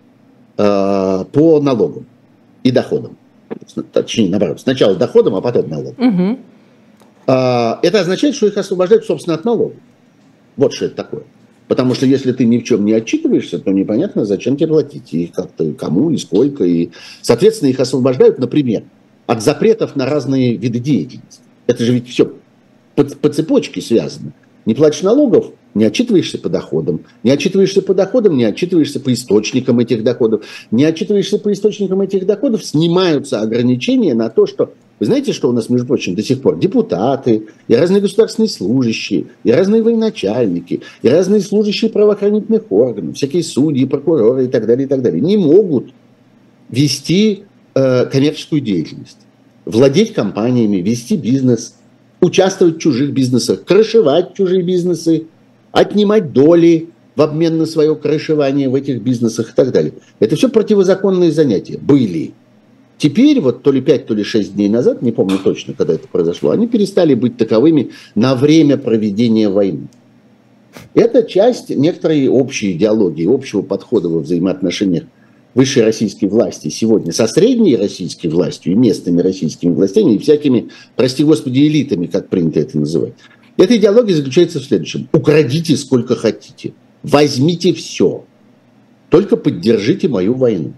э, по налогам и доходам. Точнее, наоборот, сначала доходам, а потом налогам. Угу. Э, это означает, что их освобождают, собственно, от налогов. Вот что это такое. Потому что если ты ни в чем не отчитываешься, то непонятно, зачем тебе платить. И как-то кому, и сколько. И, соответственно, их освобождают, например, от запретов на разные виды деятельности. Это же ведь все по, по цепочке связано. Не платишь налогов, не отчитываешься по доходам. Не отчитываешься по доходам, не отчитываешься по источникам этих доходов. Не отчитываешься по источникам этих доходов, снимаются ограничения на то, что... Вы знаете, что у нас, между прочим, до сих пор депутаты, и разные государственные служащие, и разные военачальники, и разные служащие правоохранительных органов, всякие судьи, прокуроры и так далее, и так далее, не могут вести э, коммерческую деятельность, владеть компаниями, вести бизнес, участвовать в чужих бизнесах, крышевать чужие бизнесы, отнимать доли в обмен на свое крышевание в этих бизнесах и так далее. Это все противозаконные занятия были. Теперь, вот то ли пять, то ли шесть дней назад, не помню точно, когда это произошло, они перестали быть таковыми на время проведения войны. Это часть некоторой общей идеологии, общего подхода во взаимоотношениях высшей российской власти сегодня со средней российской властью и местными российскими властями и всякими, прости господи, элитами, как принято это называть. Эта идеология заключается в следующем. Украдите сколько хотите, возьмите все, только поддержите мою войну.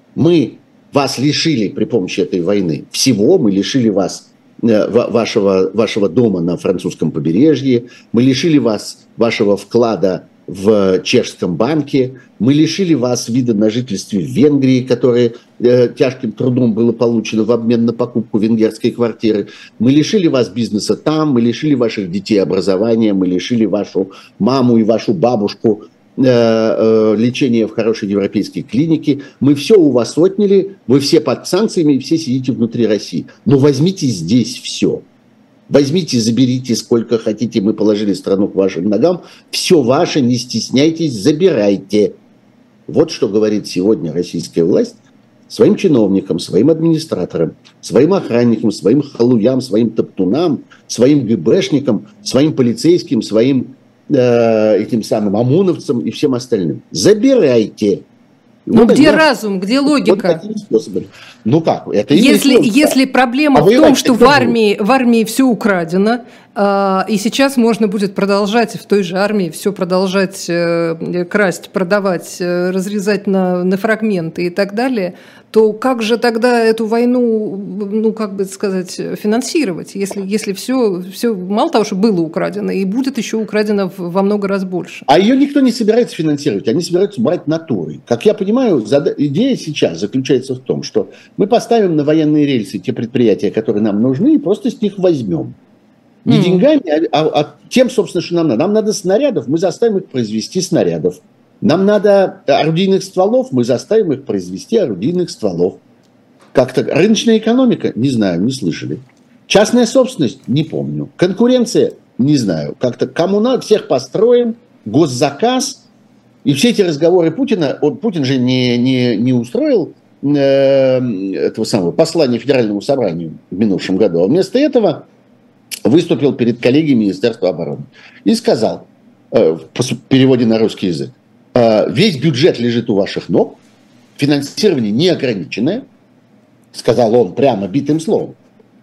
Мы вас лишили при помощи этой войны всего, мы лишили вас э, вашего, вашего дома на французском побережье, мы лишили вас вашего вклада в чешском банке, мы лишили вас вида на жительстве в Венгрии, которое э, тяжким трудом было получено в обмен на покупку венгерской квартиры, мы лишили вас бизнеса там, мы лишили ваших детей образования, мы лишили вашу маму и вашу бабушку лечение в хорошей европейской клинике, мы все у вас отняли, вы все под санкциями и все сидите внутри России. Но возьмите здесь все. Возьмите, заберите сколько хотите, мы положили страну к вашим ногам, все ваше, не стесняйтесь, забирайте. Вот что говорит сегодня российская власть своим чиновникам, своим администраторам, своим охранникам, своим халуям, своим топтунам, своим ГБшникам, своим полицейским, своим этим самым ОМОНовцам и всем остальным. Забирайте. Ну вот где они, разум, где логика? Вот ну как? Это если, если проблема а в том, что в армии, в армии все украдено, э, и сейчас можно будет продолжать в той же армии все продолжать э, красть, продавать, э, разрезать на, на фрагменты и так далее, то как же тогда эту войну, ну как бы сказать, финансировать, если, если все, все мало того, что было украдено, и будет еще украдено во много раз больше? А ее никто не собирается финансировать, они собираются брать натурой. Как я понимаю, идея сейчас заключается в том, что мы поставим на военные рельсы те предприятия, которые нам нужны, и просто с них возьмем. Не mm. деньгами, а, а тем, собственно, что нам надо. Нам надо снарядов, мы заставим их произвести снарядов. Нам надо орудийных стволов, мы заставим их произвести орудийных стволов. Как-то рыночная экономика? Не знаю, не слышали. Частная собственность? Не помню. Конкуренция? Не знаю. Как-то кому надо, всех построим, госзаказ. И все эти разговоры Путина, он, Путин же не, не, не устроил э, этого самого послания Федеральному собранию в минувшем году, а вместо этого выступил перед коллегами Министерства обороны и сказал, э, в переводе на русский язык, весь бюджет лежит у ваших ног, финансирование неограниченное, сказал он прямо битым словом.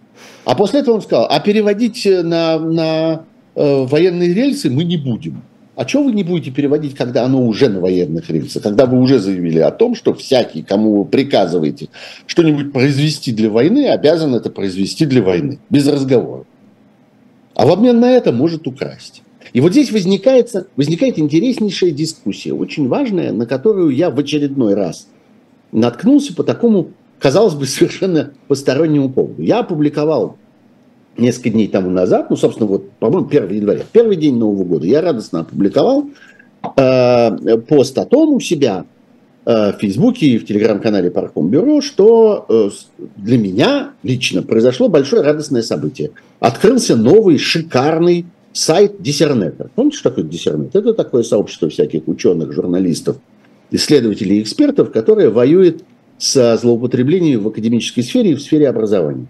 А после этого он сказал, а переводить на, на э, военные рельсы мы не будем. А что вы не будете переводить, когда оно уже на военных рельсах, когда вы уже заявили о том, что всякий, кому вы приказываете что-нибудь произвести для войны, обязан это произвести для войны, без разговора. А в обмен на это может украсть. И вот здесь возникает, возникает интереснейшая дискуссия, очень важная, на которую я в очередной раз наткнулся по такому, казалось бы, совершенно постороннему поводу. Я опубликовал несколько дней тому назад, ну, собственно, вот, по-моему, первого января, первый день Нового года, я радостно опубликовал э, пост о том у себя, в Фейсбуке и в телеграм-канале Пархомбюро, что для меня лично произошло большое радостное событие. Открылся новый шикарный сайт Диссернета. Помните, что такое Диссернет? Это такое сообщество всяких ученых, журналистов, исследователей и экспертов, которое воюет с злоупотреблением в академической сфере и в сфере образования.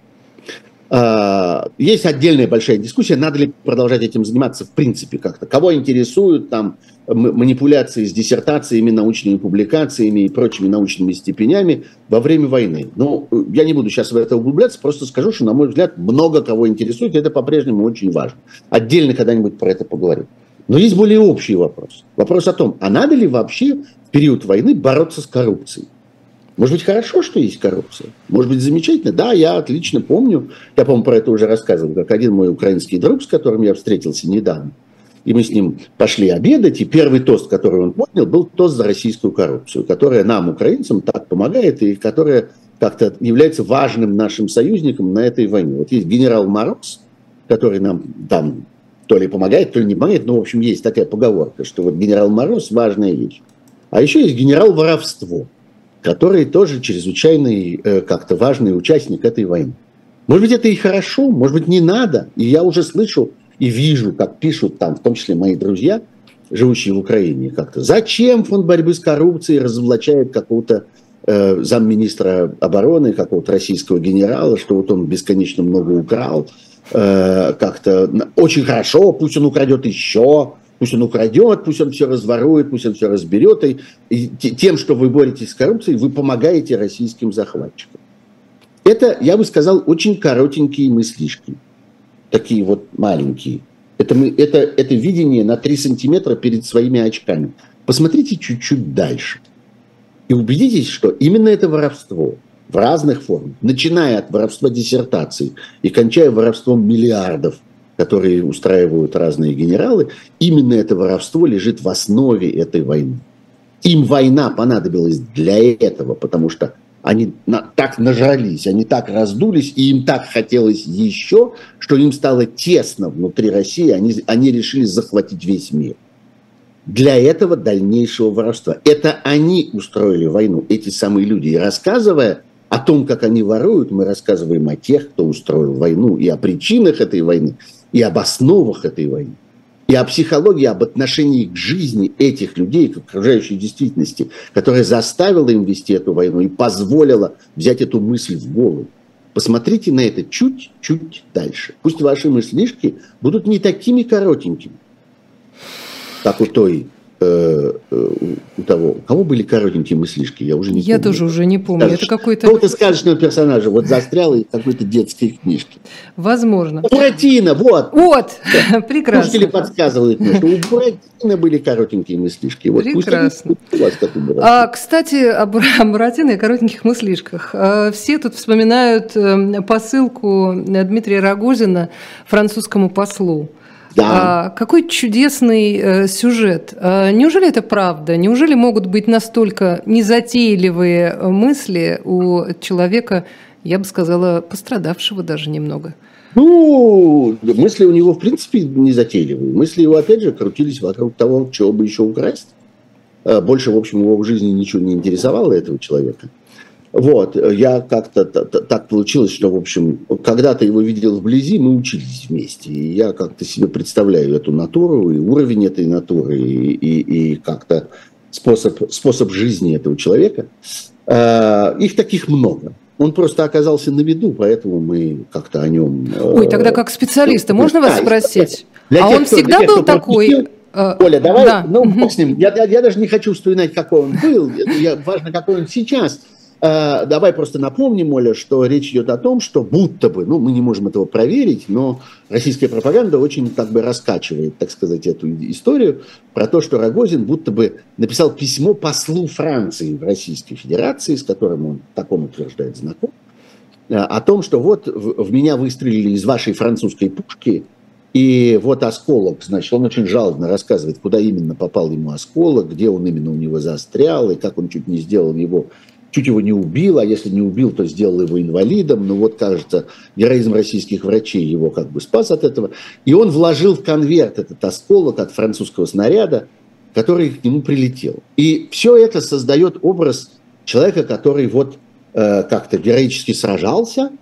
Есть отдельная большая дискуссия, надо ли продолжать этим заниматься в принципе как-то. Кого интересуют там манипуляции с диссертациями, научными публикациями и прочими научными степенями во время войны. Но я не буду сейчас в это углубляться, просто скажу, что, на мой взгляд, много кого интересует, и это по-прежнему очень важно. Отдельно когда-нибудь про это поговорим. Но есть более общий вопрос. Вопрос о том, а надо ли вообще в период войны бороться с коррупцией? Может быть, хорошо, что есть коррупция? Может быть, замечательно? Да, я отлично помню. Я, по-моему, про это уже рассказывал, как один мой украинский друг, с которым я встретился недавно. И мы с ним пошли обедать, и первый тост, который он поднял, был тост за российскую коррупцию, которая нам, украинцам, так помогает, и которая как-то является важным нашим союзником на этой войне. Вот есть генерал Мороз, который нам там то ли помогает, то ли не помогает, но, в общем, есть такая поговорка, что вот генерал Мороз – важная вещь. А еще есть генерал Воровство, который тоже чрезвычайный, как-то важный участник этой войны. Может быть, это и хорошо, может быть, не надо. И я уже слышу и вижу, как пишут там, в том числе мои друзья, живущие в Украине, как-то. Зачем фонд борьбы с коррупцией разоблачает какого-то э, замминистра обороны, какого-то российского генерала, что вот он бесконечно много украл. Э, как-то очень хорошо, пусть он украдет еще. Пусть он украдет, пусть он все разворует, пусть он все разберет. И, и тем, что вы боретесь с коррупцией, вы помогаете российским захватчикам. Это, я бы сказал, очень коротенькие мыслишки. Такие вот маленькие. Это, мы, это, это видение на три сантиметра перед своими очками. Посмотрите чуть-чуть дальше. И убедитесь, что именно это воровство в разных формах, начиная от воровства диссертаций и кончая воровством миллиардов, которые устраивают разные генералы, именно это воровство лежит в основе этой войны. Им война понадобилась для этого, потому что они на, так нажрались, они так раздулись, и им так хотелось еще, что им стало тесно внутри России, они, они решили захватить весь мир. Для этого дальнейшего воровства. Это они устроили войну, эти самые люди. И рассказывая о том, как они воруют, мы рассказываем о тех, кто устроил войну, и о причинах этой войны, и об основах этой войны, и о психологии, об отношении к жизни этих людей, к окружающей действительности, которая заставила им вести эту войну и позволила взять эту мысль в голову. Посмотрите на это чуть-чуть дальше. Пусть ваши мыслишки будут не такими коротенькими, как у той, э, э, у того. У кого были коротенькие мыслишки? Я уже не Я помню. тоже уже не помню. Скажешь, это какой-то... Какого-то сказочного персонажа вот застрял и какой-то детской книжки. Возможно. Буратино, вот. Вот, прекрасно. Слушатели подсказывают мне, что у Буратино были коротенькие мыслишки. Вот Прекрасно. Пусть у вас как у Буратино. А, кстати, о Буратино и коротеньких мыслишках. Все тут вспоминают посылку Дмитрия Рогозина французскому послу. Да. А, какой чудесный э, сюжет. А, неужели это правда? Неужели могут быть настолько незатейливые мысли у человека, я бы сказала, пострадавшего даже немного? Ну, мысли у него, в принципе, не затейливые. Мысли его, опять же, крутились вокруг того, чего бы еще украсть. Больше, в общем, его в жизни ничего не интересовало, этого человека. Вот, я как-то так получилось, что, в общем, когда-то его видел вблизи, мы учились вместе. И я как-то себе представляю эту натуру, и уровень этой натуры, и, и, и как-то способ, способ жизни этого человека. Их таких много. Он просто оказался на виду, поэтому мы как-то о нем... Ой, тогда как специалиста, можно вас да, спросить? Для а тех, он кто, всегда тех, был такой... Пропустил, Оля, давай, да. ну, бог с ним. Я, я, я даже не хочу вспоминать, какой он был. Я, важно, какой он сейчас. Uh, давай просто напомним, Оля, что речь идет о том, что будто бы, ну, мы не можем этого проверить, но российская пропаганда очень как бы раскачивает, так сказать, эту историю про то, что Рогозин будто бы написал письмо послу Франции в Российской Федерации, с которым он, так он утверждает, знаком, о том, что вот в, в меня выстрелили из вашей французской пушки, и вот осколок, значит, он очень жалобно рассказывает, куда именно попал ему осколок, где он именно у него застрял, и как он чуть не сделал его... Чуть его не убил, а если не убил, то сделал его инвалидом. Но вот, кажется, героизм российских врачей его как бы спас от этого. И он вложил в конверт этот осколок от французского снаряда который к нему прилетел. И все это создает образ человека, который вот э, как-то героически сражался,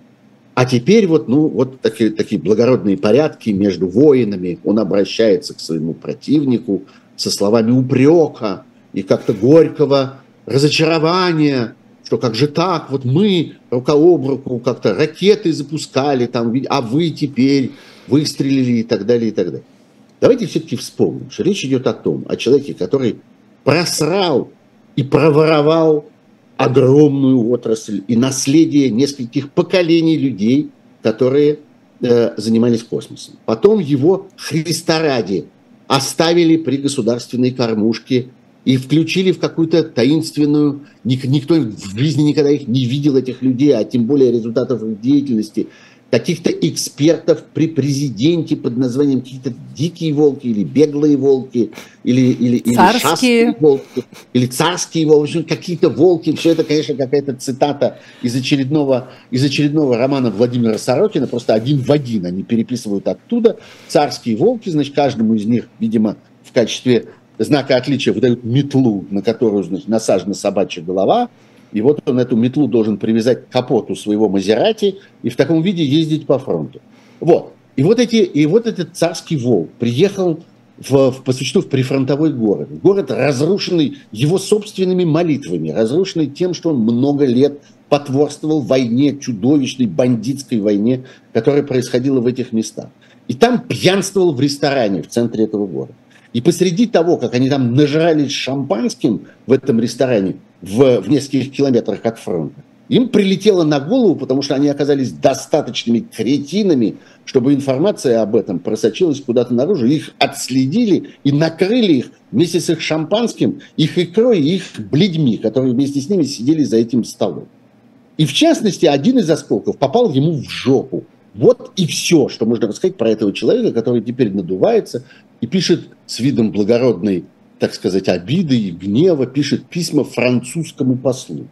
а теперь вот, ну, вот такие, такие благородные порядки между воинами. Он обращается к своему противнику со словами упрека и как-то горького разочарования, что как же так, вот мы рука об руку как-то ракеты запускали, там, а вы теперь выстрелили и так далее, и так далее. Давайте все-таки вспомним, что речь идет о том, о человеке, который просрал и проворовал огромную отрасль и наследие нескольких поколений людей, которые э, занимались космосом. Потом его Христа ради оставили при государственной кормушке и включили в какую-то таинственную... Никто в жизни никогда их не видел, этих людей, а тем более результатов их деятельности, каких-то экспертов при президенте под названием какие-то дикие волки или беглые волки, или, или, или шастые волки, или царские волки, в общем, какие-то волки. Все это, конечно, какая-то цитата из очередного, из очередного романа Владимира Сорокина, просто один в один они переписывают оттуда. Царские волки, значит, каждому из них, видимо, в качестве знака отличия выдают метлу, на которую, значит, насажена собачья голова. И вот он эту метлу должен привязать к капоту своего Мазерати и в таком виде ездить по фронту. Вот. И вот, эти, и вот этот царский волк приехал в, в, по существу в прифронтовой город. Город, разрушенный его собственными молитвами, разрушенный тем, что он много лет потворствовал войне, чудовищной бандитской войне, которая происходила в этих местах. И там пьянствовал в ресторане в центре этого города. И посреди того, как они там нажрались шампанским в этом ресторане, в, в нескольких километрах от фронта, им прилетело на голову, потому что они оказались достаточными кретинами, чтобы информация об этом просочилась куда-то наружу. Их отследили и накрыли их вместе с их шампанским, их икрой и их бледьми, которые вместе с ними сидели за этим столом. И в частности, один из осколков попал ему в жопу. Вот и все, что можно рассказать про этого человека, который теперь надувается и пишет с видом благородной, так сказать, обиды и гнева, пишет письма французскому послу,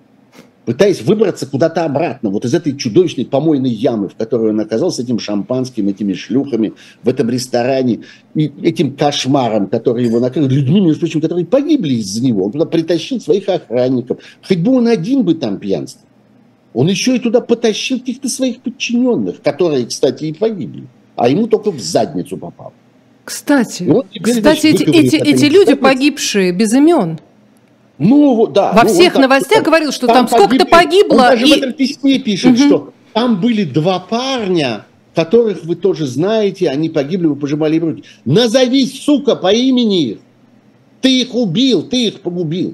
пытаясь выбраться куда-то обратно, вот из этой чудовищной помойной ямы, в которой он оказался, этим шампанским, этими шлюхами, в этом ресторане, и этим кошмаром, который его накрыл, людьми, между прочим, которые погибли из-за него. Он туда притащил своих охранников. Хоть бы он один бы там пьянствовал. Он еще и туда потащил каких-то своих подчиненных, которые, кстати, и погибли, а ему только в задницу попал. Кстати, теперь, кстати значит, эти, эти, эти люди, погибшие без имен, ну, да, во ну, всех так, новостях говорил, что там, там сколько-то погибли, погибло. Он даже и... в этом письме пишет, угу. что там были два парня, которых вы тоже знаете, они погибли, вы пожимали им руки. Назови, сука, по имени их. Ты их убил, ты их погубил.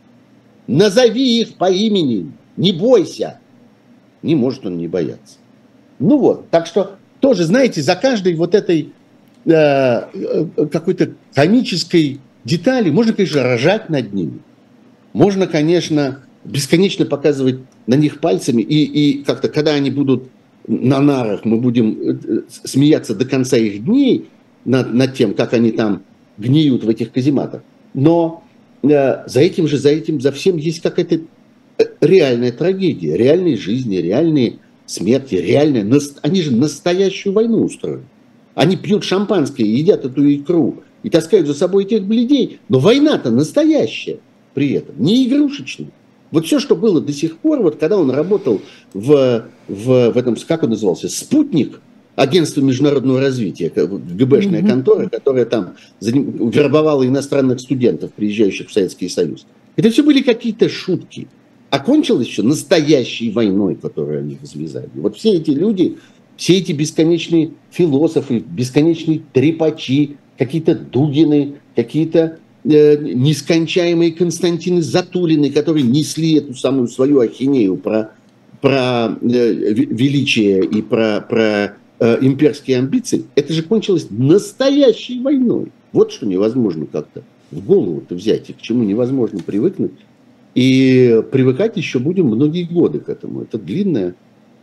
Назови их по имени, не бойся. Не может он не бояться. Ну вот, так что тоже, знаете, за каждой вот этой э, какой-то комической детали можно, конечно, ржать над ними. Можно, конечно, бесконечно показывать на них пальцами. И, и как-то, когда они будут на нарах, мы будем смеяться до конца их дней над, над тем, как они там гниют в этих казематах. Но э, за этим же, за этим, за всем есть какая-то реальная трагедия, реальные жизни, реальные смерти, реальные. Они же настоящую войну устроили. Они пьют шампанское, едят эту икру и таскают за собой этих блядей. Но война-то настоящая при этом, не игрушечная. Вот все, что было до сих пор, вот когда он работал в, в, в этом, как он назывался, «Спутник», агентство международного развития, ГБшная mm-hmm. контора, которая там вербовала иностранных студентов, приезжающих в Советский Союз. Это все были какие-то шутки. Окончилось еще настоящей войной, которую они развязали. Вот все эти люди, все эти бесконечные философы, бесконечные трепачи, какие-то Дугины, какие-то э, нескончаемые Константины Затулины, которые несли эту самую свою ахинею про, про э, величие и про, про э, имперские амбиции, это же кончилось настоящей войной. Вот что невозможно как-то в голову-то взять, и к чему невозможно привыкнуть. И привыкать еще будем многие годы к этому. Это длинная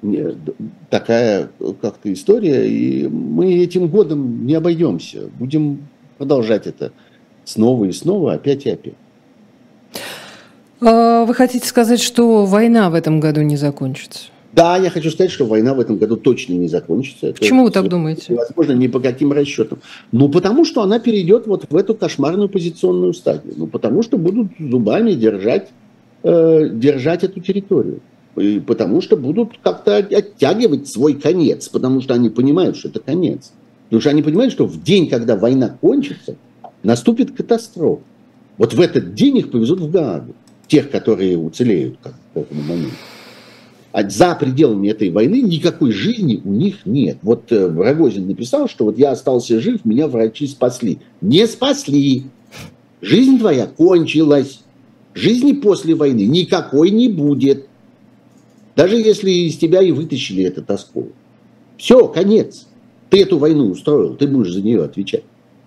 такая как-то история, и мы этим годом не обойдемся. Будем продолжать это снова и снова, опять и опять. Вы хотите сказать, что война в этом году не закончится? Да, я хочу сказать, что война в этом году точно не закончится. Почему это, вы так думаете? Возможно, ни по каким расчетам. Ну, потому что она перейдет вот в эту кошмарную позиционную стадию. Ну, потому что будут зубами держать, э, держать эту территорию. И потому что будут как-то оттягивать свой конец. Потому что они понимают, что это конец. Потому что они понимают, что в день, когда война кончится, наступит катастрофа. Вот в этот день их повезут в Гаагу. Тех, которые уцелеют как, к этому моменту. А за пределами этой войны никакой жизни у них нет. Вот э, Рогозин написал, что вот я остался жив, меня врачи спасли. Не спасли. Жизнь твоя кончилась. Жизни после войны никакой не будет. Даже если из тебя и вытащили этот осколок. Все, конец. Ты эту войну устроил, ты будешь за нее отвечать.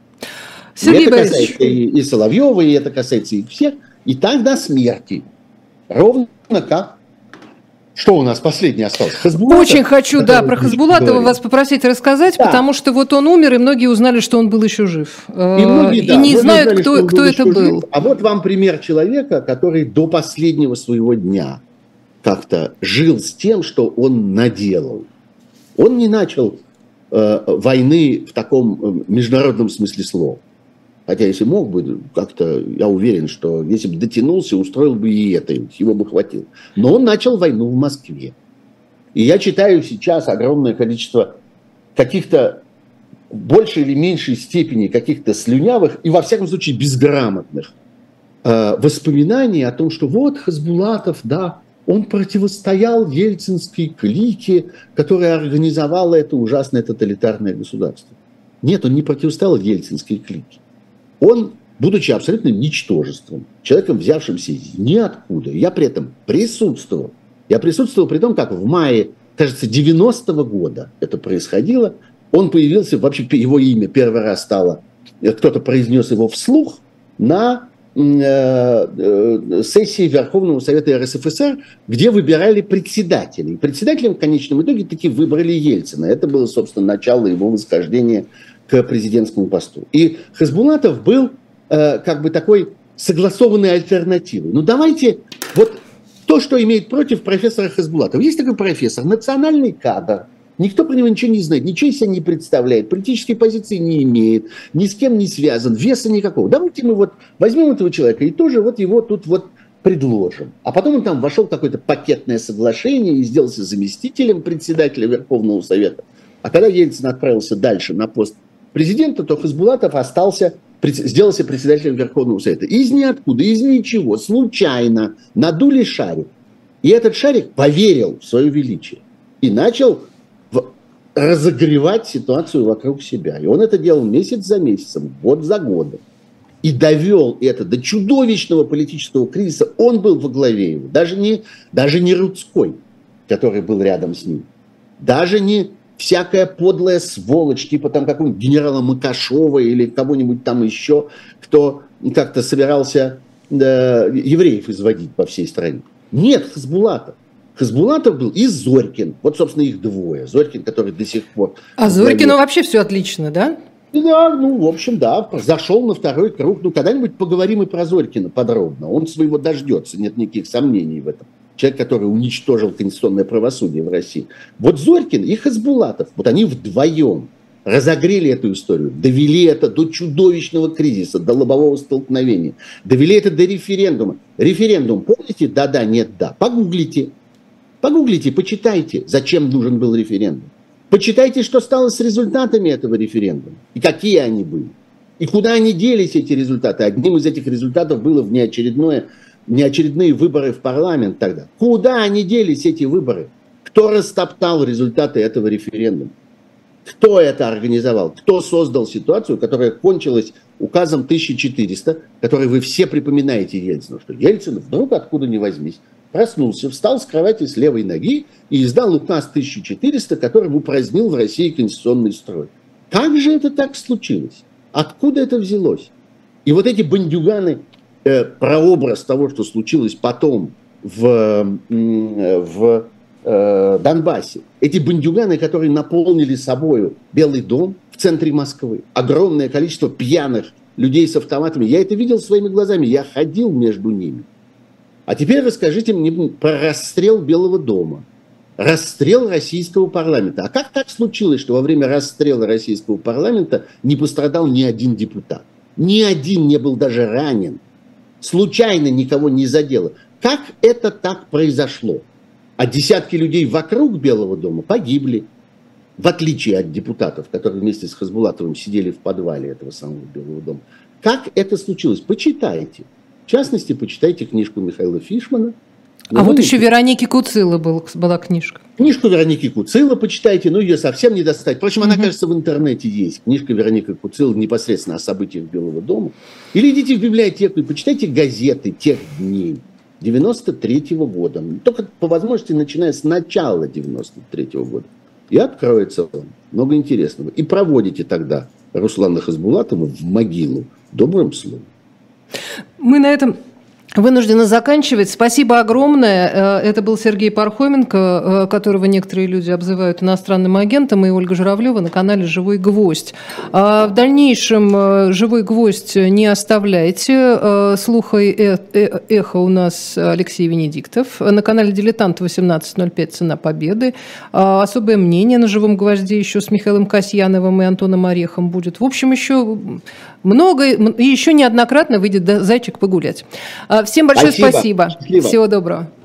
Сергей это Борисович. касается и, и Соловьева, и это касается и всех. И так до смерти. Ровно как. Что у нас последний остался? Хасбулатов? Очень хочу, да, про Хасбулатова вас попросить рассказать, да. Потому что вот он умер, и многие узнали, что он был еще жив. И, многие, и да, не знают, узнали, кто, кто это был. Жив. А вот вам пример человека, который до последнего своего дня как-то жил с тем, что он наделал. Он не начал э, войны в таком международном смысле слова. Хотя если мог бы, как-то я уверен, что если бы дотянулся, устроил бы и это, его бы хватило. Но он начал войну в Москве. И я читаю сейчас огромное количество каких-то в большей или меньшей степени каких-то слюнявых и, во всяком случае, безграмотных э, воспоминаний о том, что вот Хасбулатов, да, он противостоял ельцинской клике, которая организовала это ужасное тоталитарное государство. Нет, он не противостоял ельцинской клике. Он, будучи абсолютным ничтожеством, человеком, взявшимся из ниоткуда, я при этом присутствовал. Я присутствовал при том, как в мае, кажется, девяностого года это происходило. Он появился, вообще его имя первый раз стало, кто-то произнес его вслух на сессии Верховного Совета эр эс эф эс эр, где выбирали председателей. Председателем в конечном итоге таки выбрали Ельцина. Это было, собственно, начало его восхождения к президентскому посту. И Хасбулатов был э, как бы такой согласованной альтернативой. Ну давайте вот то, что имеет против профессора Хасбулатова. Есть такой профессор, национальный кадр. Никто про него ничего не знает, ничего себе не представляет, политической позиции не имеет, ни с кем не связан, веса никакого. Давайте мы вот возьмем этого человека и тоже вот его тут вот предложим. А потом он там вошел в какое-то пакетное соглашение и сделался заместителем председателя Верховного Совета. А когда Ельцин отправился дальше на пост президента, то Хасбулатов остался, сделался председателем Верховного Совета. Из ниоткуда, из ничего, случайно надули шарик. И этот шарик поверил в свое величие и начал разогревать ситуацию вокруг себя. И он это делал месяц за месяцем, год за годом. И довел это до чудовищного политического кризиса. Он был во главе его. Даже не, даже не Рудской, который был рядом с ним. Даже не всякая подлая сволочь, типа там какого-нибудь генерала Макашова или кого-нибудь там еще, кто как-то собирался да, евреев изводить по всей стране. Нет, Хасбулатов. Хасбулатов был и Зорькин. Вот, собственно, их двое. Зорькин, который до сих пор... А Зорькину вообще все отлично, да? Да, ну, в общем, да. Зашел на второй круг. Ну, когда-нибудь поговорим и про Зорькина подробно. Он своего дождется, нет никаких сомнений в этом. Человек, который уничтожил конституционное правосудие в России. Вот Зорькин и Хасбулатов, вот они вдвоем разогрели эту историю, довели это до чудовищного кризиса, до лобового столкновения, довели это до референдума. Референдум, помните? Да-да, нет-да. Погуглите. Погуглите, почитайте, зачем нужен был референдум. Почитайте, что стало с результатами этого референдума. И какие они были. И куда они делись, эти результаты. Одним из этих результатов было внеочередное, внеочередные выборы в парламент тогда. Куда они делись, эти выборы? Кто растоптал результаты этого референдума? Кто это организовал? Кто создал ситуацию, которая кончилась указом тысяча четыреста, который вы все припоминаете Ельцину, что Ельцин вдруг откуда ни возьмись проснулся, встал с кровати с левой ноги и издал указ тысяча четыреста, которым упразднил в России конституционный строй. Как же это так случилось? Откуда это взялось? И вот эти бандюганы, э, прообраз того, что случилось потом в, э, в э, Донбассе, эти бандюганы, которые наполнили собою Белый дом в центре Москвы, огромное количество пьяных людей с автоматами, я это видел своими глазами, я ходил между ними. А теперь расскажите мне про расстрел Белого дома. расстрел российского парламента. А как так случилось, что во время расстрела российского парламента не пострадал ни один депутат? Ни один не был даже ранен. Случайно никого не задело. Как это так произошло? А десятки людей вокруг Белого дома погибли. В отличие от депутатов, которые вместе с Хасбулатовым сидели в подвале этого самого Белого дома. Как это случилось? Почитайте. В частности, почитайте книжку Михаила Фишмана. А ну, вот еще Вероники Куцило был, была книжка. Книжку Вероники Куцило почитайте, но ее совсем не достать. Впрочем, она, угу. кажется, в интернете есть. Книжка Вероники Куцило непосредственно о событиях Белого дома. Или идите в библиотеку и почитайте газеты тех дней девяносто третьего года. Только по возможности, начиная с начала девяносто третьего года. И откроется вам много интересного. И проводите тогда Руслана Хасбулатова в могилу добрым словом. Мы на этом вынуждены заканчивать. Спасибо огромное. Это был Сергей Пархоменко, которого некоторые люди обзывают иностранным агентом, и Ольга Журавлева на канале «Живой гвоздь». В дальнейшем «Живой гвоздь» не оставляйте. Слуха и эхо у нас Алексей Венедиктов. На канале «Дилетант» восемнадцать ноль пять «Цена победы». Особое мнение на «Живом гвозде» еще с Михаилом Касьяновым и Антоном Орехом будет. В общем, еще много, и еще неоднократно выйдет «Зайчик погулять». Всем большое спасибо. спасибо. Всего доброго.